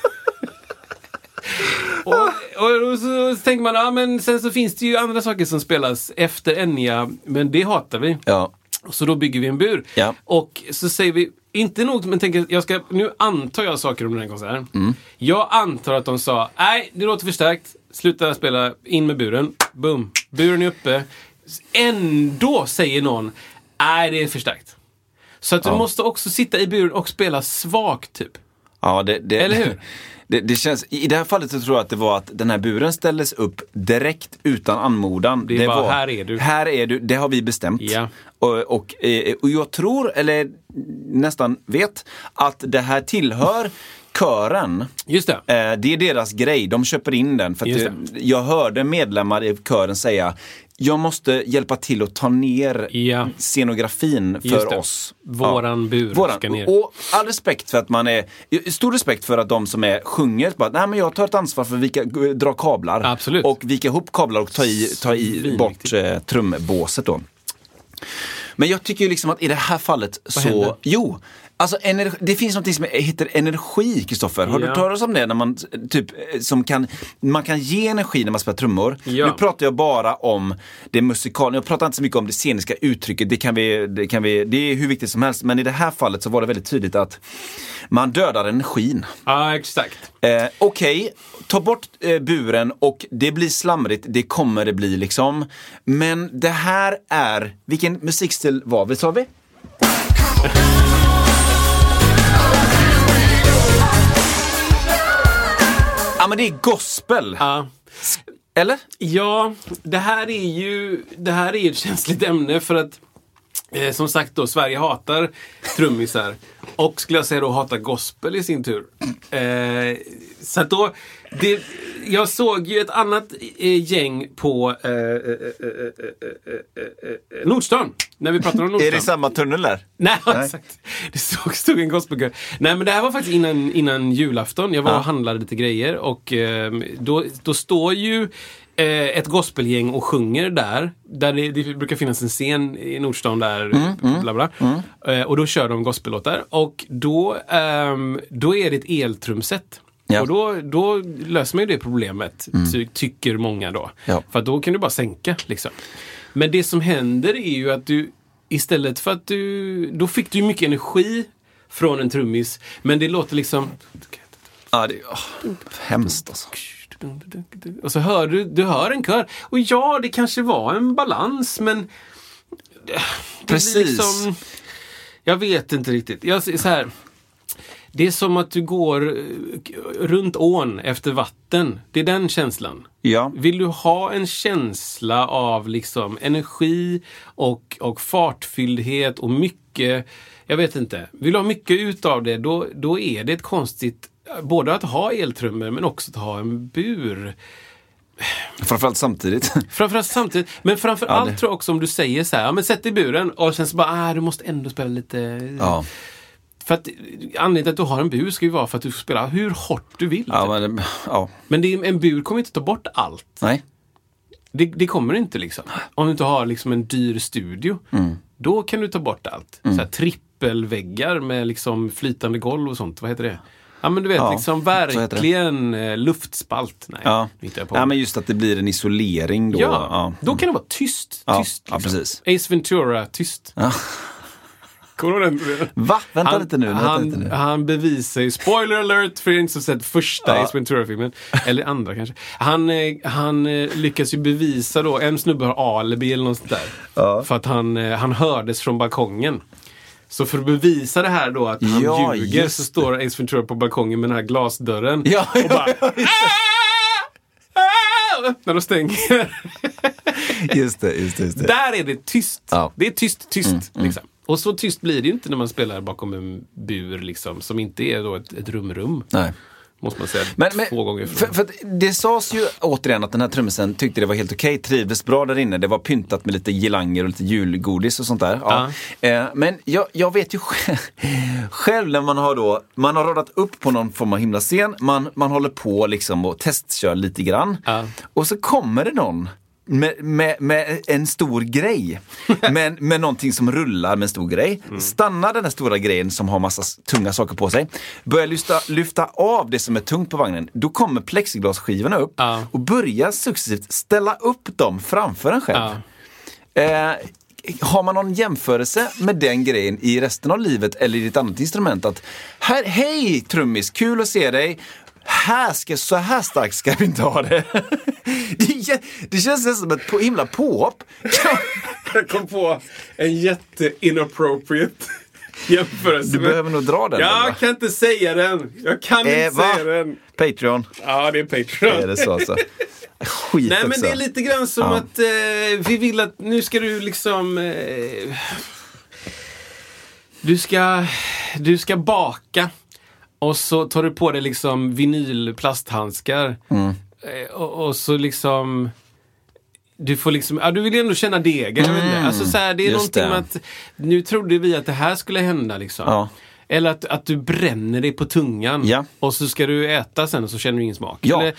och, och, och så, så tänker man, ja men sen så finns det ju andra saker som spelas efter Enya, men det hatar vi. Ja. Så då bygger vi en bur. Ja. Och så säger vi, inte nog, men tänker, jag ska, nu antar jag saker om den här konserten. Mm. Jag antar att de sa, nej det låter förstärkt, sluta spela, in med buren. Boom, buren är uppe. Ändå säger någon, nej det är förstärkt. Så att du ja. måste också sitta i buren och spela svagt typ. Ja, det, det, eller hur? Det, det känns, i det här fallet så tror jag att det var att den här buren ställdes upp direkt utan anmodan. Det, det var, här är du. Här är du, det har vi bestämt. Ja. Och, och, och jag tror, eller nästan vet, att det här tillhör kören. Just det. Det är deras grej, de köper in den. För att det, jag hörde medlemmar i kören säga, jag måste hjälpa till att ta ner ja. scenografin för oss. Våran ja. bur Våran. ska ner. Och all respekt för att man är, stor respekt för att de som är sjunger, bara, nej men jag tar ett ansvar för att vika, dra kablar. Absolut. Och vika ihop kablar och ta i, ta i bort eh, trumbåset då. Men jag tycker ju liksom att i det här fallet Vad så, händer? jo, Alltså, energi, det finns något som heter energi, Kristoffer. Har ja. du talat om det? När man, typ, som kan, man kan ge energi när man spelar trummor. Ja. Nu pratar jag bara om det musikala. Jag pratar inte så mycket om det sceniska uttrycket. Det, kan vi, det, kan vi, det är hur viktigt som helst. Men i det här fallet så var det väldigt tydligt att man dödar energin. Ja, exakt. Eh, Okej, okay, ta bort eh, buren och det blir slamrigt. Det kommer det bli liksom. Men det här är... Vilken musikstil var vi, sa vi? Ja, men det är gospel. Ja. Eller? Ja, det här är ju det här är ju ett känsligt ämne för att eh, som sagt då, Sverige hatar trummisar och skulle jag säga då hatar gospel i sin tur. Eh, så att då det, jag såg ju ett annat eh, gäng på eh, eh, eh, eh, eh, Nordstan. När vi pratade om Nordstan. Är det samma tunnel där? Nej, Nej. Exakt. Det stod, stod en gospelkör. Nej, men det här var faktiskt innan, innan julafton. Jag var och ja. handlade lite grejer. Och eh, då, då står ju eh, ett gospelgäng och sjunger där. Där det, det brukar finnas en scen i Nordstan där. Mm, bla bla. Mm. Eh, och då kör de gospellåtar. Och då, eh, då är det ett eltrumset. Ja. Och då, då löser man ju det problemet, mm. ty- tycker många då. Ja. För att då kan du bara sänka, liksom. Men det som händer är ju att du, istället för att du, då fick du mycket energi från en trummis, men det låter liksom... Ja, det är oh, hemskt alltså. Och så hör du, du hör en kör. Och ja, det kanske var en balans, men... Precis. Liksom, jag vet inte riktigt. Jag så här... Det är som att du går runt ån efter vatten. Det är den känslan. Ja. Vill du ha en känsla av liksom energi och, och fartfylldhet och mycket, jag vet inte. Vill du ha mycket utav det, då, då är det ett konstigt, både att ha eltrummor men också att ha en bur. Framförallt samtidigt. Framförallt samtidigt. Men framförallt ja, det... tror jag också om du säger så här, ja, men sätt i buren och sen så bara, ah, du måste ändå spela lite... Ja. För att anledningen till att du har en bur ska ju vara för att du får spela hur hårt du vill. Ja, men, ja. men det är, en bur kommer inte ta bort allt. Nej. Det, det kommer inte liksom. Om du inte har liksom en dyr studio, mm. då kan du ta bort allt. Mm. Så här, trippelväggar med liksom flytande golv och sånt. Vad heter det? Ja, men du vet, ja, liksom verkligen luftspalt. Nej, ja. jag på. Ja, men just att det blir en isolering då. Ja, ja. då kan det vara tyst. Ja, tyst ja, liksom. precis. Ace Ventura, tyst. Ja. Va? Vänta han, lite nu. Vänta han, lite nu. han bevisar ju, spoiler alert för er som sett första ja. Ace Ventura-filmen, eller andra kanske. Han, han lyckas ju bevisa då, en snubbe har alibi eller något sånt där. Ja. För att han, han hördes från balkongen. Så för att bevisa det här då, att han ja, ljuger, så står Ace Ventura på balkongen med den här glasdörren. Ja, och bara... Ja, ja, och öppnar och stänger. Just det, just det, just det. Där är det tyst. Ja. Det är tyst, tyst mm, liksom. Mm. Och så tyst blir det ju inte när man spelar bakom en bur liksom, som inte är då ett, ett rumrum. Nej. Måste man säga men, men, två gånger. För, för det sades ju återigen att den här trummisen tyckte det var helt okej, trivdes bra där inne. Det var pyntat med lite girlanger och lite julgodis och sånt där. Ja. Ja. Eh, men jag, jag vet ju själv, själv när man har då, man har radat upp på någon form av himlascen, man, man håller på liksom och testkör lite grann. Ja. Och så kommer det någon Med, med, med en stor grej. med, med någonting som rullar med en stor grej. Mm. Stannar den här stora grejen som har massa tunga saker på sig. Börjar lyfta, lyfta av det som är tungt på vagnen. Då kommer plexiglasskivorna upp. Uh. Och börjar successivt ställa upp dem framför en själv. Uh. Eh, har man någon jämförelse med den grejen i resten av livet eller i ett annat instrument? Att, här, hej trummis, kul att se dig. Här ska, så här starkt ska vi inte ha det. Det, det känns nästan som ett på, himla påhopp. Jag kom på en jätte-inappropriate jämförelse. Du behöver nog dra den. Jag eller? kan inte säga den. Jag kan eh, inte va? säga den. Patreon. Ja, det är Patreon. Är det så alltså? Skit Nej, också. men det är lite grann som ja. att eh, vi vill att nu ska du liksom... Eh, du ska du ska baka. Och så tar du på dig liksom vinylplasthandskar. Mm. Och, och så liksom... Du får liksom... Ja, du vill ju ändå känna degen. Mm. Jag vet inte. Alltså så här, det är Just någonting det. Med att... Nu trodde vi att det här skulle hända liksom. Ja. Eller att, att du bränner dig på tungan. Ja. Och så ska du äta sen och så känner du ingen smak. Ja. Eller,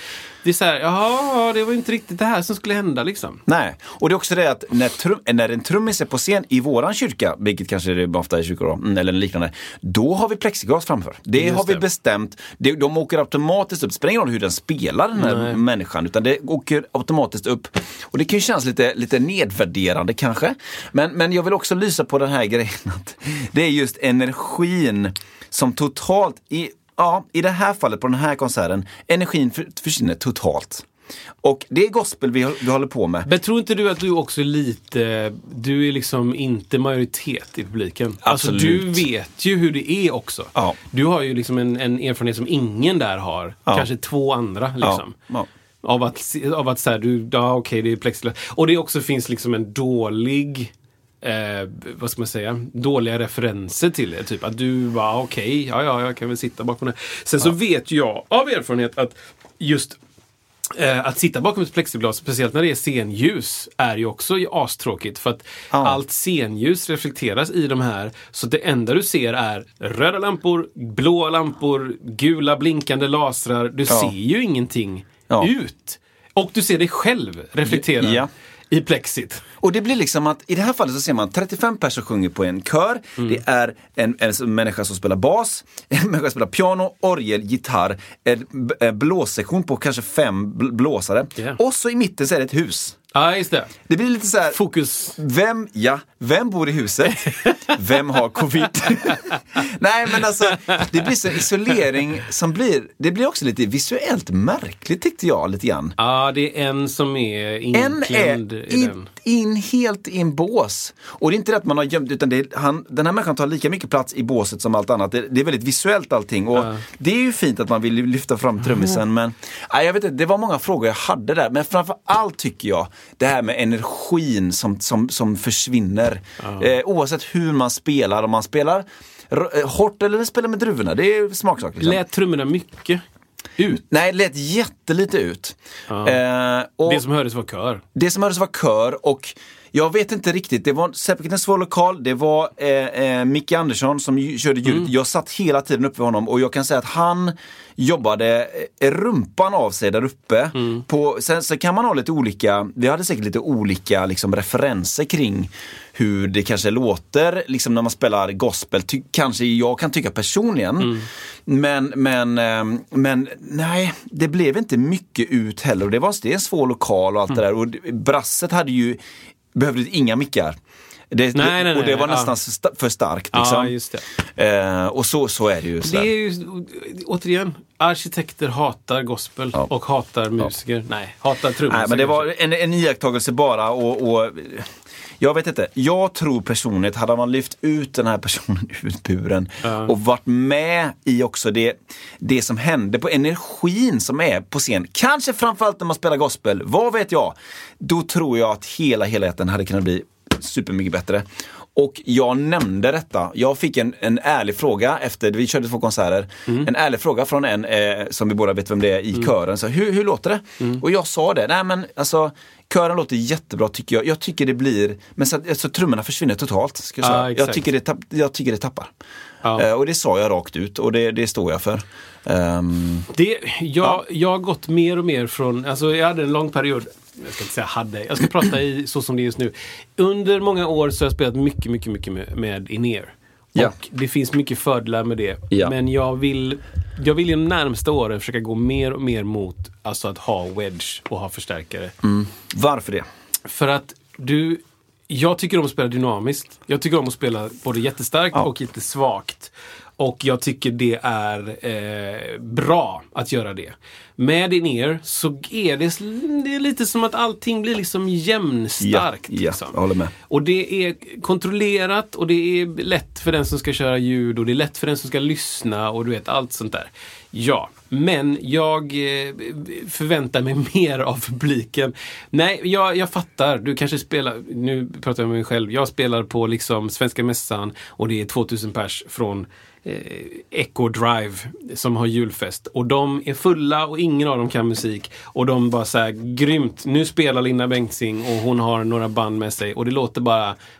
det är så här, ja, det var inte riktigt det här som skulle hända liksom. Nej, och det är också det att när, trum, när en trummis är på scen i våran kyrka, vilket kanske är det ofta i kyrkor då, eller liknande, då har vi plexiglas framför. Det Just har vi det. bestämt. Det, de åker automatiskt upp. Det spelar ingen roll hur den spelar, den här Nej. människan, utan det åker automatiskt upp. Och det kan ju kännas lite, lite nedvärderande kanske. Men, men jag vill också lysa på den här grejen att det är just energin som totalt, i, ja, i det här fallet på den här konserten, energin för, försvinner totalt. Och det är gospel vi, vi håller på med. Men tror inte du att du också är lite, du är liksom inte majoritet i publiken? Absolut. Alltså du vet ju hur det är också. Ja. Du har ju liksom en, en erfarenhet som ingen där har. Ja. Kanske två andra liksom. Ja. Ja. Av att, av att så här, du, ja okej, det är plexiglas. Och det också finns liksom en dålig... Eh, vad ska man säga, dåliga referenser till det. Typ att du var okej, okay, ja, ja, jag kan väl sitta bakom det. Sen så ja. vet jag av erfarenhet att just eh, att sitta bakom ett plexiglas, speciellt när det är scenljus, är ju också astråkigt. För att ja. allt scenljus reflekteras i de här, så det enda du ser är röda lampor, blåa lampor, gula blinkande lasrar. Du ja. ser ju ingenting ja. ut. Och du ser dig själv reflektera. Ja. I plexit. Och det blir liksom att i det här fallet så ser man trettiofem personer sjunger på en kör. Mm. Det är en, en människa som spelar bas, en människa som spelar piano, orgel, gitarr, en blåssektion på kanske fem blåsare. Yeah. Och så i mitten så är det ett hus. Ja, ah, just det. Det blir lite så här... Fokus. Vem, ja, vem bor i huset? Vem har covid? Nej, men alltså, det blir så isolering som blir... Det blir också lite visuellt märkligt, tyckte jag, lite grann. Ja, ah, det är en som är inklämd i in, den. In helt i en bås. Och det är inte det att man har gömt, utan det är, han, den här människan tar lika mycket plats i båset som allt annat. Det, det är väldigt visuellt allting. Och ah. det är ju fint att man vill lyfta fram trummisen, mm. men... Nej, jag vet inte, det var många frågor jag hade där. Men framför allt tycker jag... Det här med energin som, som, som försvinner. Uh. Eh, oavsett hur man spelar. Om man spelar r- hårt eller spelar med druvorna. Det är smaksak. Liksom. Lät trummorna mycket ut? Nej, det lät jättelite ut. Uh. Eh, och det som hördes var kör. Det som hördes var kör och jag vet inte riktigt. Det var säkert en svår lokal. Det var eh, eh, Micke Andersson som ju, körde ljud. Mm. Jag satt hela tiden uppe vid honom och jag kan säga att han jobbade eh, rumpan av sig där uppe. Mm. På, sen så kan man ha lite olika, vi hade säkert lite olika liksom, referenser kring hur det kanske låter liksom när man spelar gospel. Ty, kanske jag kan tycka personligen. Mm. Men, men, eh, men nej, det blev inte mycket ut heller. Och det var det är en svår lokal och allt mm. det där. Och brasset hade ju behövde inga mickar. Det, nej, nej, och det var nej, nästan ja. för starkt. Liksom. Ja, just det. Eh, och så, så är det ju. Det är ju, återigen, arkitekter hatar gospel ja. och hatar musiker. Ja. Nej, hatar trummor. Nej, men det var en, en iakttagelse bara och... och jag vet inte, jag tror personligt hade man lyft ut den här personen ut buren uh. och varit med i också det, det som hände på energin som är på scen. Kanske framförallt när man spelar gospel, vad vet jag? Då tror jag att hela helheten hade kunnat bli supermycket bättre. Och jag nämnde detta. Jag fick en, en ärlig fråga efter, vi körde två konserter. Mm. En ärlig fråga från en eh, som vi båda vet vem det är i mm. kören. Så, hur, hur låter det? Mm. Och jag sa det. Nej men alltså, kören låter jättebra tycker jag. Jag tycker det blir, men så, så trummorna försvinner totalt. Ska jag, säga. Ah, jag, tycker det tapp, jag tycker det tappar. Ah. Eh, och det sa jag rakt ut. Och det, det står jag för. Um, det, jag, ja. jag har gått mer och mer från, alltså jag hade en lång period. Jag ska inte säga hade. Jag ska prata i så som det är just nu. Under många år så har jag spelat mycket, mycket, mycket med, med in-ear. Ja. Och det finns mycket fördelar med det. Ja. Men jag vill, jag vill i de närmsta åren försöka gå mer och mer mot alltså att ha wedge och ha förstärkare. Mm. Varför det? För att du, jag tycker om att spela dynamiskt. Jag tycker om att spela både jättestarkt ja. och lite svagt. Och jag tycker det är eh, bra att göra det. Med in-ear så är det, det är lite som att allting blir liksom jämnstarkt. Ja, ja, liksom. jag håller med. Och det är kontrollerat och det är lätt för den som ska köra ljud och det är lätt för den som ska lyssna och du vet allt sånt där. Ja, men jag eh, förväntar mig mer av publiken. Nej, jag, jag fattar. Du kanske spelar, nu pratar jag med mig själv. Jag spelar på liksom Svenska Mässan och det är tvåtusen pers från eh, Echo Drive som har julfest. Och de är fulla och ingen av dem kan musik. Och de bara så här, grymt. Nu spelar Linda Bengtzing och hon har några band med sig. Och det låter bara platt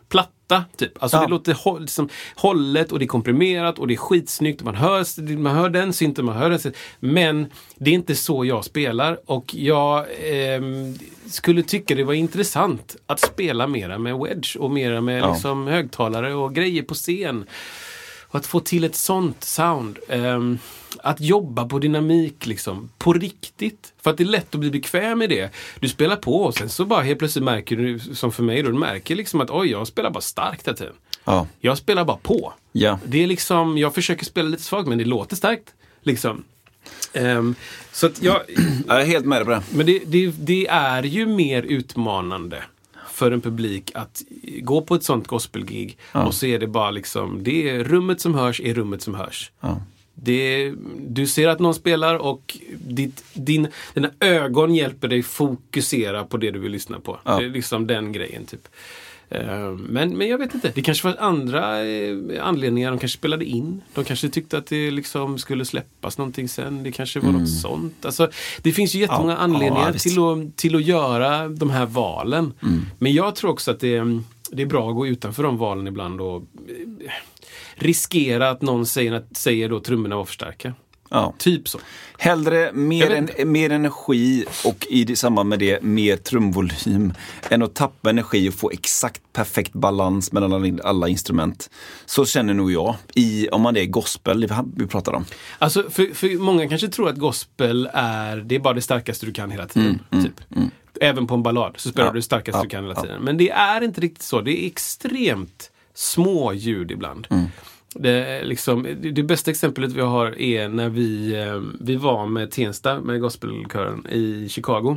åtta typ. Alltså Ja. det låter hå- liksom, hållet och det är komprimerat och det är skitsnyggt. Man hör, man hör den synten, man hör den synten. Men det är inte så jag spelar. Och jag ehm, skulle tycka det var intressant att spela mera med wedge och mera med Ja. liksom, högtalare och grejer på scen. Och att få till ett sånt sound. Um, att jobba på dynamik liksom. På riktigt. För att det är lätt att bli bekväm med det. Du spelar på och sen så bara helt plötsligt märker du, som för mig då, du märker liksom att oj, jag spelar bara starkt hela tiden. Ja. Jag spelar bara på. Ja. Det är liksom, jag försöker spela lite svagt men det låter starkt. Liksom. Um, så att jag... Jag är helt med dig på det. Men det, det, det är ju mer utmanande för en publik att gå på ett sånt gospelgig Ja. och så är det bara liksom, det är rummet som hörs är rummet som hörs. Ja. Det, du ser att någon spelar och ditt, din, dina ögon hjälper dig fokusera på det du vill lyssna på. Ja. Det är liksom den grejen typ. Eh, Men, men jag vet inte, det kanske var andra eh, anledningar. De kanske spelade in. De kanske tyckte att det liksom skulle släppas någonting sen. Det kanske var mm. något sånt. Alltså, det finns ju jättemånga Ja, anledningar ja, till, att, till att göra de här valen. Mm. Men jag tror också att det, det är bra att gå utanför de valen ibland och eh, riskera att någon säger, att, säger då trummorna var för starka. Ja. Typ så. Hellre mer, en, mer energi och i samband med det mer trumvolym än att tappa energi och få exakt perfekt balans mellan alla, alla instrument. Så känner nog jag, i, om man det är gospel vi pratar om. Alltså för, för många kanske tror att gospel är det är bara det starkaste du kan hela tiden. Mm, typ. mm, mm. Även på en ballad så spelar ja, du det starkaste ja, du kan hela ja. tiden. Men det är inte riktigt så. Det är extremt små ljud ibland. Mm. Det, liksom, det bästa exemplet vi har är när vi, vi var med Tensta, med gospelkören i Chicago.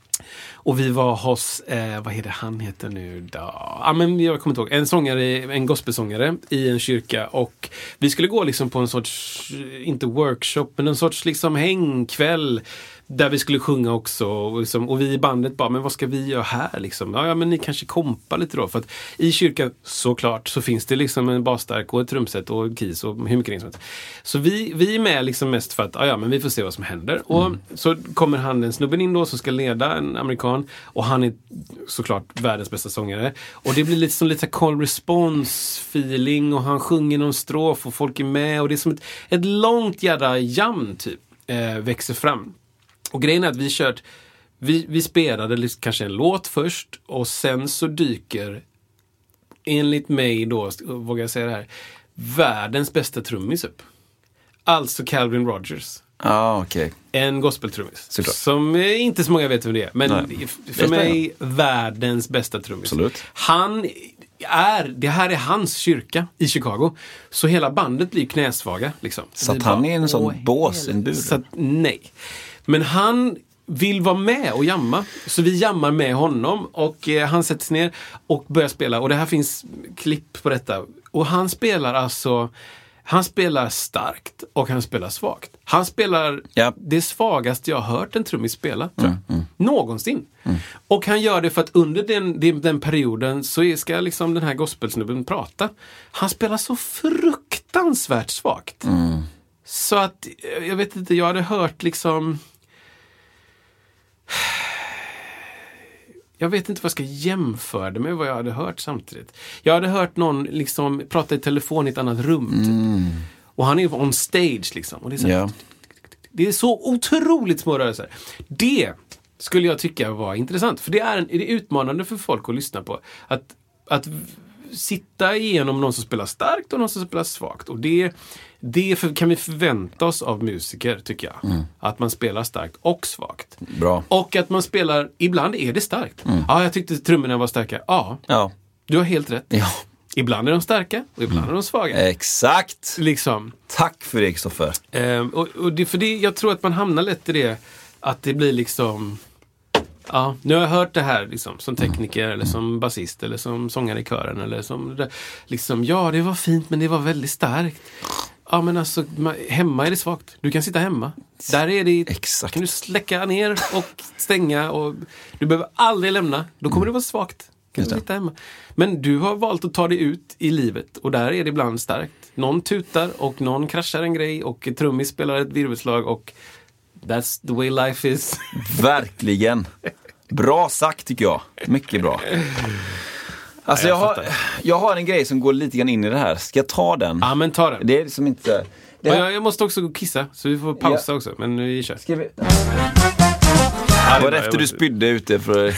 Och vi var hos, eh, vad heter han heter nu då? Ja, men jag kommer inte ihåg. En sångare, en gospelsångare i en kyrka. Och vi skulle gå liksom på en sorts, inte workshop, men en sorts liksom hängkväll. Där vi skulle sjunga också. Och, liksom, och vi i bandet bara, men vad ska vi göra här liksom? Ja, ja, men ni kanske kompar lite då. För att i kyrkan, såklart, så finns det liksom en basstark och ett trumset och keys och hur mycket som helst. Så vi, vi är med liksom mest för att, ja, ja men vi får se vad som händer. Mm. Och så kommer han, en snubben in då som ska leda, en amerikan. Och han är såklart världens bästa sångare. Och det blir lite som lite call response feeling. Och han sjunger någon strof och folk är med. Och det är som ett, ett långt jävla jam typ eh, växer fram. Och grejen är att vi kört, vi, vi spelade liksom kanske en låt först och sen så dyker, enligt mig då, vågar jag säga det här, världens bästa trummis upp. Alltså Calvin Rogers. Ja, ah, okej. Okay. En gospeltrummis. Såklart. Som eh, inte så många vet vem det är. Men Nej. för mig världens bästa trummis. Absolut. Han är, det här är hans kyrka i Chicago. Så hela bandet blir knäsvaga. Liksom. Så att han är en sån bås, en bur. Så att, nej. Men han vill vara med och jamma. Så vi jammar med honom. Och eh, han sätter sig ner och börjar spela. Och det här finns klipp på detta. Och han spelar alltså... Han spelar starkt och han spelar svagt. Han spelar ja. det svagaste jag har hört en trummis spela. Tror jag. Mm, mm. Någonsin. Mm. Och han gör det för att under den, den, den perioden så ska liksom den här gospelsnubben prata. Han spelar så fruktansvärt svagt. Mm. Så att, jag vet inte, jag hade hört liksom... Jag vet inte vad jag ska jämföra det med vad jag hade hört samtidigt. Jag hade hört någon liksom prata i telefon i ett annat rum. Typ. Mm. Och han är on stage liksom. Och det är så, ja. det är så otroligt små rörelser. Det skulle jag tycka var intressant. För det är, en, det är utmanande för folk att lyssna på. Att, att sitta igenom någon som spelar starkt och någon som spelar svagt. Och det, det för, kan vi förvänta oss av musiker, tycker jag. Mm. Att man spelar starkt och svagt. Bra. Och att man spelar, ibland är det starkt. Mm. Ja, jag tyckte trummorna var starka. Ja, ja. Du har helt rätt. Ja. Ibland är de starka och ibland mm. är de svaga. Exakt. Liksom. Tack för det, Kristoffer. Ehm, och, och det, för det, jag tror att man hamnar lätt i det. Att det blir liksom... Ja, nu har jag hört det här liksom, som tekniker mm. eller som basist eller som sångare i kören eller som liksom, ja, det var fint men det var väldigt starkt. Ja, men alltså, hemma är det svagt. Du kan sitta hemma. Där är det, exakt. Kan du släcka ner och stänga och du behöver aldrig lämna. Då kommer mm. det vara svagt. Kan du sitta hemma. Men du har valt att ta dig ut i livet och där är det ibland starkt. Någon tutar och någon kraschar en grej och trummis spelar ett virvelslag och that's the way life is. Verkligen. Bra sagt tycker jag. Mycket bra. Alltså ja, jag, jag, har, jag har en grej som går lite grann in i det här. Ska jag ta den? Ja, men ta den. Det är liksom inte... Det här... jag, jag måste också gå och kissa, så vi får pausa ja. också. Men vi kör. Ska vi... Ja, var det efter du spydde ute för...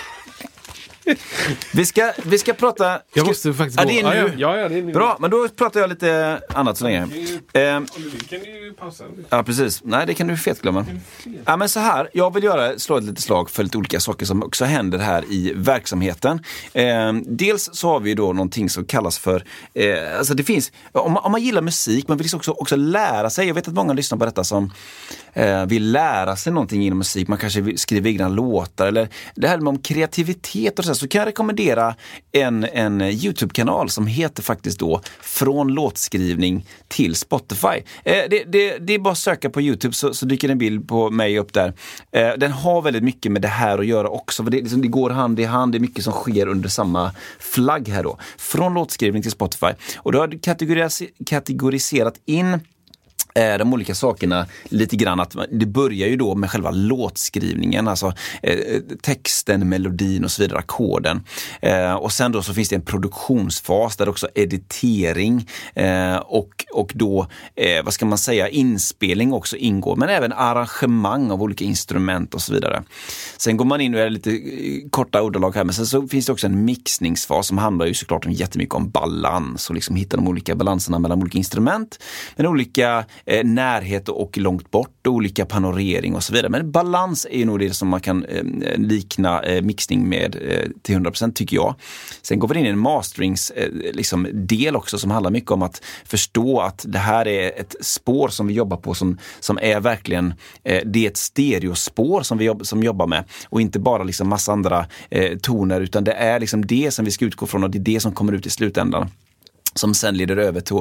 Vi ska, vi ska prata... Ska... Jag måste faktiskt gå. Ja, det är nu. Ja, ja, det är nu. Bra, men då pratar jag lite annat så länge. Kan du, eh, om du vill kan du ju pausa. Ja, precis. Nej, det kan du fetglömma. Ja, men så här. Jag vill göra, slå ett litet slag för lite olika saker som också händer här i verksamheten. Eh, dels så har vi då någonting som kallas för... Eh, alltså det finns... Om man, om man gillar musik, man vill också, också lära sig. Jag vet att många lyssnar på detta som eh, vill lära sig någonting inom musik. Man kanske vill skriva egna låtar. Eller det här med om kreativitet och så. Så kan jag rekommendera en, en YouTube-kanal som heter faktiskt då Från låtskrivning till Spotify. Eh, det, det, det är bara att söka på YouTube så, så dyker en bild på mig upp där. Eh, den har väldigt mycket med det här att göra också. För det, liksom, det går hand i hand. Det är mycket som sker under samma flagg här då. Från låtskrivning till Spotify. Och då har du kategoris- kategoriserat in de olika sakerna lite grann. Att det börjar ju då med själva låtskrivningen, alltså eh, texten, melodin och så vidare, ackorden. Eh, och sen då så finns det en produktionsfas där också editering eh, och, och då, eh, vad ska man säga, inspelning också ingår, men även arrangemang av olika instrument och så vidare. Sen går man in och är lite korta ordalag här, men sen så finns det också en mixningsfas som handlar ju såklart om jättemycket om balans och liksom hitta de olika balanserna mellan olika instrument, men olika Eh, närhet och långt bort, olika panorering och så vidare. Men balans är ju nog det som man kan eh, likna eh, mixning med eh, till hundra procent tycker jag. Sen går vi in i en masterings eh, liksom del också som handlar mycket om att förstå att det här är ett spår som vi jobbar på som, som är verkligen eh, det är ett stereospår som vi jobb, som jobbar med och inte bara liksom massa andra eh, toner, utan det är liksom det som vi ska utgå från och det är det som kommer ut i slutändan. Som sen leder över, till,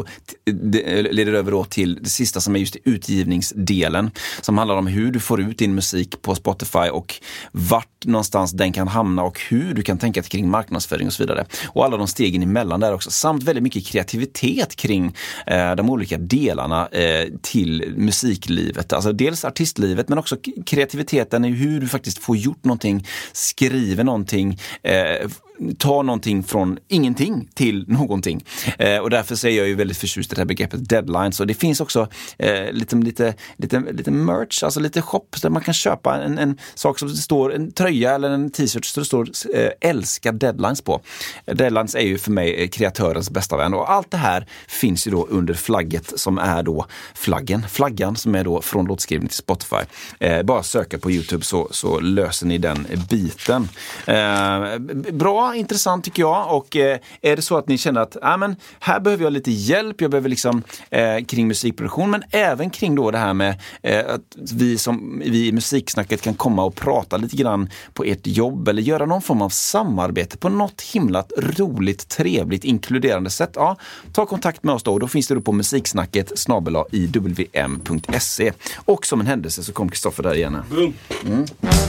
leder över då till det sista som är just utgivningsdelen. Som handlar om hur du får ut din musik på Spotify och vart någonstans den kan hamna och hur du kan tänka kring marknadsföring och så vidare. Och alla de stegen emellan där också. Samt väldigt mycket kreativitet kring eh, de olika delarna eh, till musiklivet. Alltså dels artistlivet men också kreativiteten i hur du faktiskt får gjort någonting, skriver någonting, eh, ta någonting från ingenting till någonting. Eh, och därför säger jag ju väldigt förtjust i det här begreppet deadline. Så det finns också eh, lite, lite, lite, lite merch, alltså lite shop där man kan köpa en, en sak som det står, en tröja eller en t-shirt som det står eh, älska deadlines på. Deadlines är ju för mig kreatörens bästa vän. Och allt det här finns ju då under flagget som är då flaggen, flaggan som är då från låtskrivning till Spotify. Eh, bara söka på YouTube så, så löser ni den biten. Eh, bra, intressant tycker jag. Och eh, är det så att ni känner att ah, men, här behöver jag lite hjälp, jag behöver liksom eh, kring musikproduktion, men även kring då det här med eh, att vi som vi i musiksnacket kan komma och prata lite grann på ert jobb eller göra någon form av samarbete på något himla roligt, trevligt, inkluderande sätt. Ja, ta kontakt med oss då. Då finns det då på musiksnacket snabel-a i w m punkt se. Och som en händelse så kom Kristoffer där igen. Mm.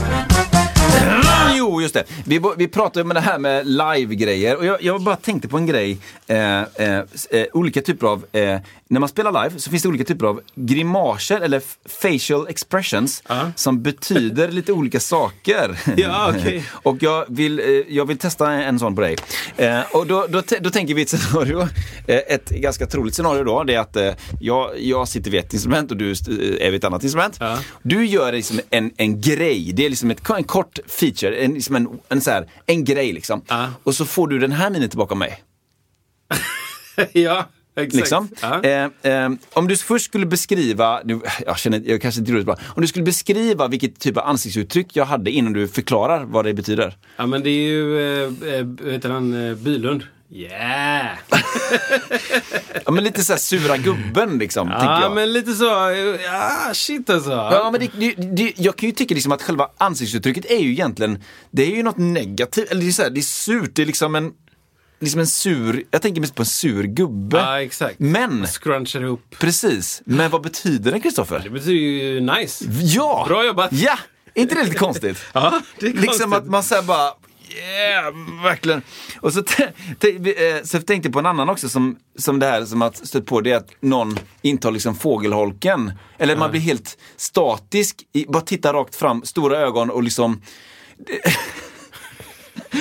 Jo, just det. Vi, vi pratade om det här med live-grejer och jag, jag bara tänkte på en grej. Eh, eh, olika typer av... Eh, när man spelar live så finns det olika typer av grimaser eller facial expressions uh-huh. som betyder lite olika saker. Ja, okej. Okay. Och jag vill, eh, jag vill testa en sån på dig. Eh, och då, då, då tänker vi ett scenario. Eh, ett ganska troligt scenario då. Det är att eh, jag, jag sitter vid ett instrument och du är vid ett annat instrument. Uh-huh. Du gör liksom en, en grej. Det är liksom ett, en kort feature. En, liksom en, en, så här, en grej liksom. Uh-huh. Och så får du den här minen tillbaka av mig. Ja. Exakt. Liksom. Uh-huh. eh, eh, om du först skulle beskriva, nu, jag känner jag kanske inte roligt bra. Om du skulle beskriva vilket typ av ansiktsuttryck jag hade innan du förklarar vad det betyder. Ja, men det är ju äh, heter han äh, Bylund. Yeah. Ja, men lite så här sura gubben liksom, ja, tänker jag. Ja, men lite så, ja, shit alltså. Ja, men det, det, det, jag kan ju tycka liksom att själva ansiktsuttrycket är ju egentligen, det är ju något negativt, eller det är så här, det är surt, det är liksom en liksom en sur, jag tänker mest på en sur gubbe. Ja, exakt. Men scrunchar ihop. Precis. Men vad betyder det, Kristoffer? Det betyder ju nice. Ja. Bra jobbat. Ja. Är inte det lite konstigt? Ja, det är konstigt. Liksom att man säger bara yeah, verkligen. Och så, t- t- så tänkte jag på en annan också som, som det här som att stött på det är att någon intar liksom fågelholken. Eller ja. Man blir helt statisk, bara tittar rakt fram, stora ögon och liksom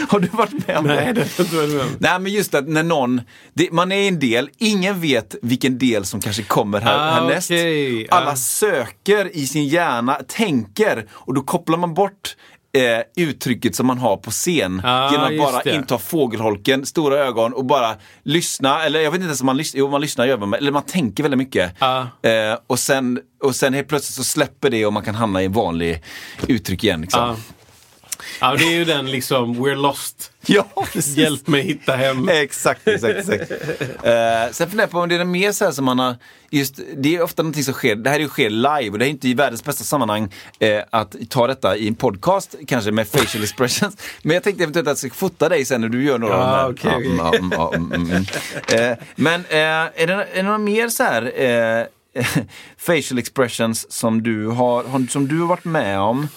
Har du varit med om det? Nej, det har inte varit med om. Nej, men just att när någon, det, man är en del, ingen vet vilken del som kanske kommer här, ah, härnäst. Okay. Alla ah. söker i sin hjärna, tänker, och då kopplar man bort eh, uttrycket som man har på scen ah, genom att bara det. inta fågelholken, stora ögon och bara lyssna, eller jag vet inte ens om man lyssnar, jo man lyssnar gör man, eller man tänker väldigt mycket. Ah. Eh, och sen och sen helt plötsligt så släpper det och man kan hamna i en vanlig uttryck igen liksom. Ah. Ja, det är ju den liksom, we're lost. Ja, precis. Hjälp mig hitta hem. Exakt, exakt, exakt. uh, sen funderar jag på om det är mer så här som man har, just, det är ofta någonting som sker, det här är ju sker live och det är inte i världens bästa sammanhang uh, att ta detta i en podcast, kanske med facial expressions, men jag tänkte eventuellt att jag ska fota dig sen när du gör några ja, av de här. Okay, ja, okay. mm, ja, mm, mm, mm. uh, men uh, är, det, är det några mer så här uh, facial expressions som du har, som du har varit med om?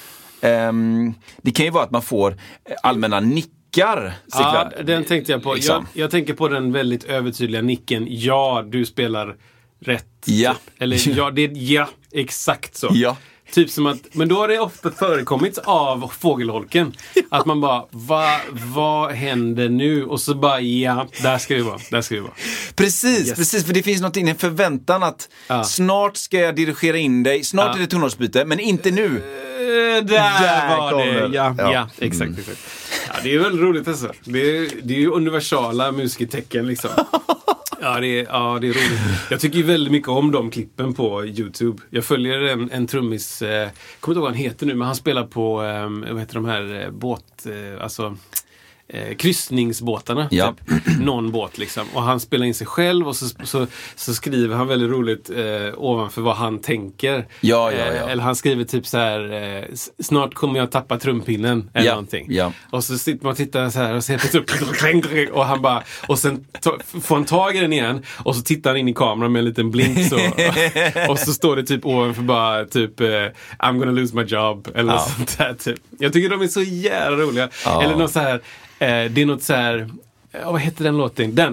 Um, det kan ju vara att man får allmänna nickar. Ja, den tänkte jag på. Liksom. Jag, jag tänker på den väldigt övertydliga nicken. Ja, du spelar rätt. Ja. Typ. Eller ja, det är ja, exakt så. Ja. Typ som att, men då har det ofta förekommit av fågelholken. Ja. Att man bara, va, vad händer nu? Och så bara, ja, där ska vi vara. Där ska vi vara. Precis, Yes. precis, för det finns något in i en förväntan att ja. snart ska jag dirigera in dig, snart ja. är det tonartsbyte, men inte nu. Där, där var kommer. det. Ja, Ja. ja exakt, Mm. exakt. Ja, det är väldigt roligt alltså. Det är, det är ju universala musikertecken liksom. Ja det, är, ja, det är roligt. Jag tycker ju väldigt mycket om de klippen på YouTube. Jag följer en, en trummis, eh, kommer inte ihåg vad han heter nu, men han spelar på, eh, vad heter de här, eh, båt, eh, alltså eh, kryssningsbåtarna. Ja. Typ. Någon båt liksom. Och han spelar in sig själv och så, så, så skriver han väldigt roligt eh, ovanför vad han tänker. Ja, ja, ja. Eh, eller han skriver typ så här, eh, snart kommer jag tappa trumpinnen eller ja. någonting. Ja. Och så sitter man och tittar så här och ser upp och han bara, och sen to- får han tag i den igen och så tittar han in i kameran med en liten blink så. Och så står det typ ovanför bara typ eh, I'm gonna lose my job eller ja. sånt där typ. Jag tycker de är så jävla roliga. Ja. Eller något så här, eh, det är något så här, eh, vad heter den låten? Den.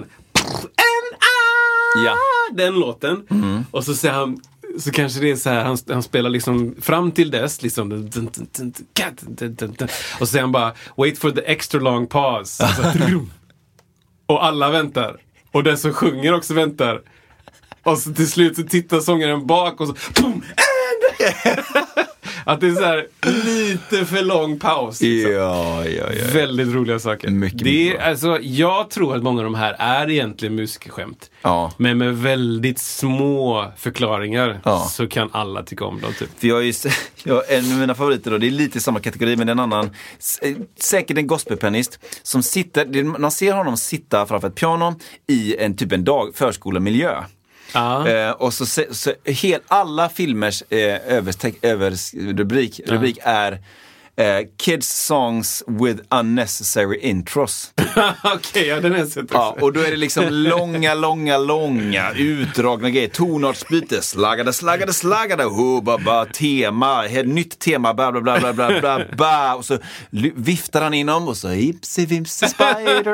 Ja. Den låten. Mm. Och så säger han, så kanske det är så här, han, han spelar liksom fram till dess liksom, dun, dun, dun, dun, dun, dun, och så säger han bara wait for the extra long pause. Och, så, och alla väntar. Och den som sjunger också väntar. Och så till slut så tittar sångaren bak och så boom, att det är så här lite för lång paus liksom. Ja, ja, ja, ja. Väldigt roliga saker. Mycket, det är, mycket alltså, jag tror att många av de här är egentligen musikskämt. Ja. Men med väldigt små förklaringar Ja. så kan alla tycka om dem typ. För jag är ju, jag, en av mina favoriter då, det är lite samma kategori men en annan, säkert en gospelpianist som sitter, man ser honom sitta framför ett piano i en typ en dag förskolemiljö. Ja. Eh, och så, så, så helt alla filmers eh, överrubrik övers, rubrik, Ja. rubrik är eh, Kids songs with unnecessary intros. Okej, okay, ja den är sett också. Ja, och då är det liksom långa, långa, långa utdragna grejer. Tonartsbyte, slaggade, slaggade, slaggade, hubaba, tema, ett nytt tema, bla bla bla bla bla bla bla. Och så viftar han inom och så ipsi vimsi spider.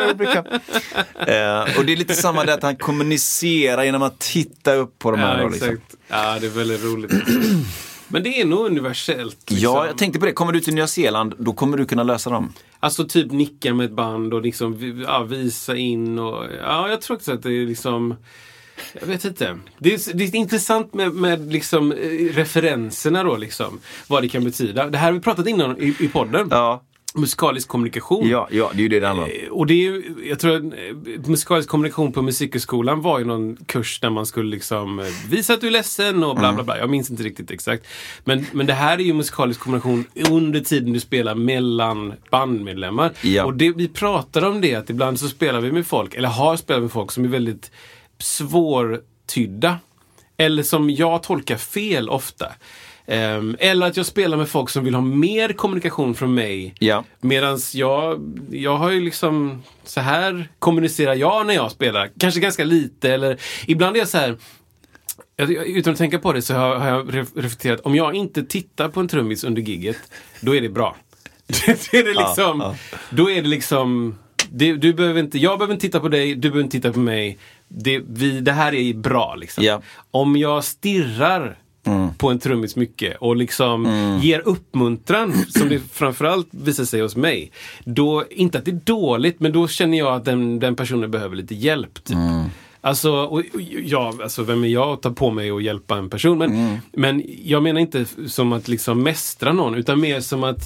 uh, och det är lite samma där att han kommunicerar genom att titta upp på de här. Ja, liksom. exakt. Ja, det är väldigt roligt. Men det är nog universellt. Liksom. Ja, jag tänkte på det. Kommer du till Nya Zeeland, då kommer du kunna lösa dem. Alltså typ nicka med ett band och liksom ja, visa in och ja, jag tror också att det är liksom jag vet inte. Det är, det är intressant med, med liksom referenserna då liksom. Vad det kan betyda. Det här har vi pratat innan i, i podden. Ja. Musikalisk kommunikation. Ja, ja, det är ju det det handlar om. Och det är ju, jag tror att musikalisk kommunikation på musikhögskolan var ju någon kurs där man skulle liksom visa att du är ledsen och bla bla bla. Jag minns inte riktigt exakt. Men, men det här är ju musikalisk kommunikation under tiden du spelar mellan bandmedlemmar. Ja. Och det, vi pratar om det att ibland så spelar vi med folk, eller har spelat med folk som är väldigt svårtydda. Eller som jag tolkar fel ofta. Um, eller att jag spelar med folk som vill ha mer kommunikation från mig. Ja. Medans jag, jag har ju liksom så här kommunicerar jag när jag spelar. Kanske ganska lite eller ibland är jag så här. Utan att tänka på det så har, har jag reflekterat. Om jag inte tittar på en trummis under gigget, då är det bra. det är det liksom, ja, ja. Då är det liksom det, du behöver inte, jag behöver inte titta på dig, du behöver inte titta på mig. Det, vi, det här är bra liksom. Ja. Om jag stirrar mm. på en trummis mycket och liksom mm. ger uppmuntran, som det framförallt visar sig hos mig, då, inte att det är dåligt, men då känner jag att den, den personen behöver lite hjälp typ. Mm. Alltså, och, och, ja, alltså, vem är jag att ta på mig och hjälpa en person? Men, mm. men jag menar inte som att liksom mästra någon, utan mer som att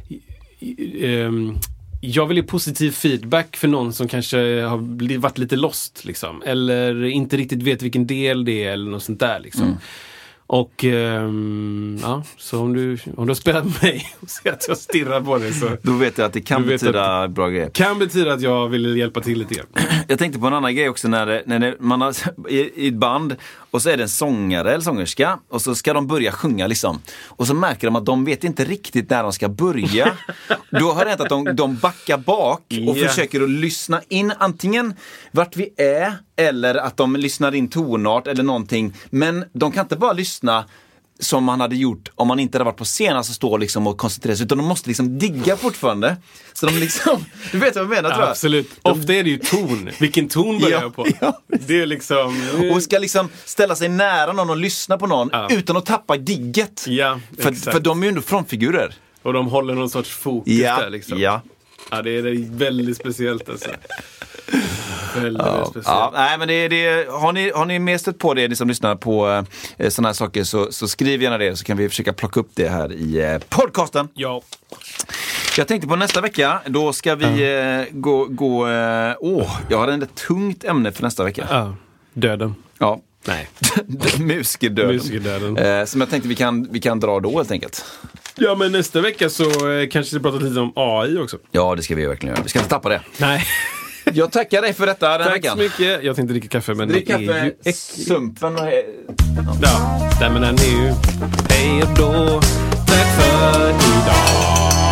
um, jag vill ge positiv feedback för någon som kanske har varit lite lost liksom, eller inte riktigt vet vilken del det är eller något sånt där liksom. Mm. Och um, ja, så om du, om du har spelat med mig och ser att jag stirrar på dig, så då vet jag att det kan betyda bra grejer. Kan betyda att jag vill hjälpa till lite grann. Jag tänkte på en annan grej också, när, det, när det, man har i, i ett band och så är det en sångare eller sångerska och så ska de börja sjunga liksom. Och så märker de att de vet inte riktigt när de ska börja. Då har det hänt att de, de backar bak och yeah. försöker att lyssna in antingen vart vi är eller att de lyssnar in tonart eller någonting. Men de kan inte bara lyssna som man hade gjort om man inte hade varit på scen, alltså stå liksom och koncentrera sig, utan de måste liksom digga fortfarande. Så de liksom, du vet vad jag menar, tror jag. Absolut. De, Ofta är det ju ton. Vilken ton börjar ja, jag på? Ja. Det är liksom... Och ska liksom ställa sig nära någon och lyssna på någon ja. utan att tappa digget. Ja, för, för de är ju ändå frontfigurer. Och de håller någon sorts fokus ja, där liksom. Ja. Ja, det är väldigt speciellt alltså. Väldigt, ja, väldigt speciellt. Ja, nej, men det, det, har, ni, har ni mer stött på det, ni som lyssnar på eh, sådana här saker, så, så skriv gärna det, så kan vi försöka plocka upp det här i eh, podcasten. Ja. Jag tänkte på nästa vecka, då ska vi uh. eh, gå, gå eh, åh, jag har ett tungt ämne för nästa vecka. Uh. Döden. Ja. Nej. Musikerdöden. Musikerdöden. Eh, som jag tänkte vi kan, vi kan dra då helt enkelt. Ja, men nästa vecka så eh, kanske vi pratar lite om A I också. Ja, det ska vi verkligen göra. Vi ska inte tappa det. Nej. Jag tackar dig för detta den här veckan. Tack så mycket. Jag tänkte dricka kaffe, men Drick det kaffe, är ju äckligt. Sumpen och... Ja, nej, men den är ju... Hej då. Tack för idag.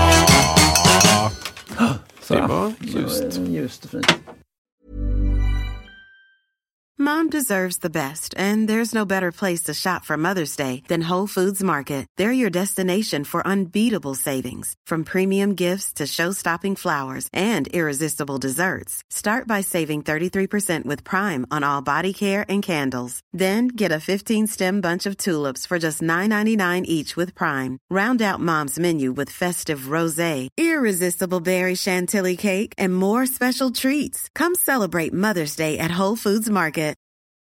Så. Det var just. Just och fint. Mom deserves the best, and there's no better place to shop for Mother's Day than Whole Foods Market. They're your destination for unbeatable savings, from premium gifts to show-stopping flowers and irresistible desserts. Start by saving thirty-three percent with Prime on all body care and candles. Then get a fifteen-stem bunch of tulips for just nine ninety-nine each with Prime. Round out Mom's menu with festive rosé, irresistible berry chantilly cake, and more special treats. Come celebrate Mother's Day at Whole Foods Market.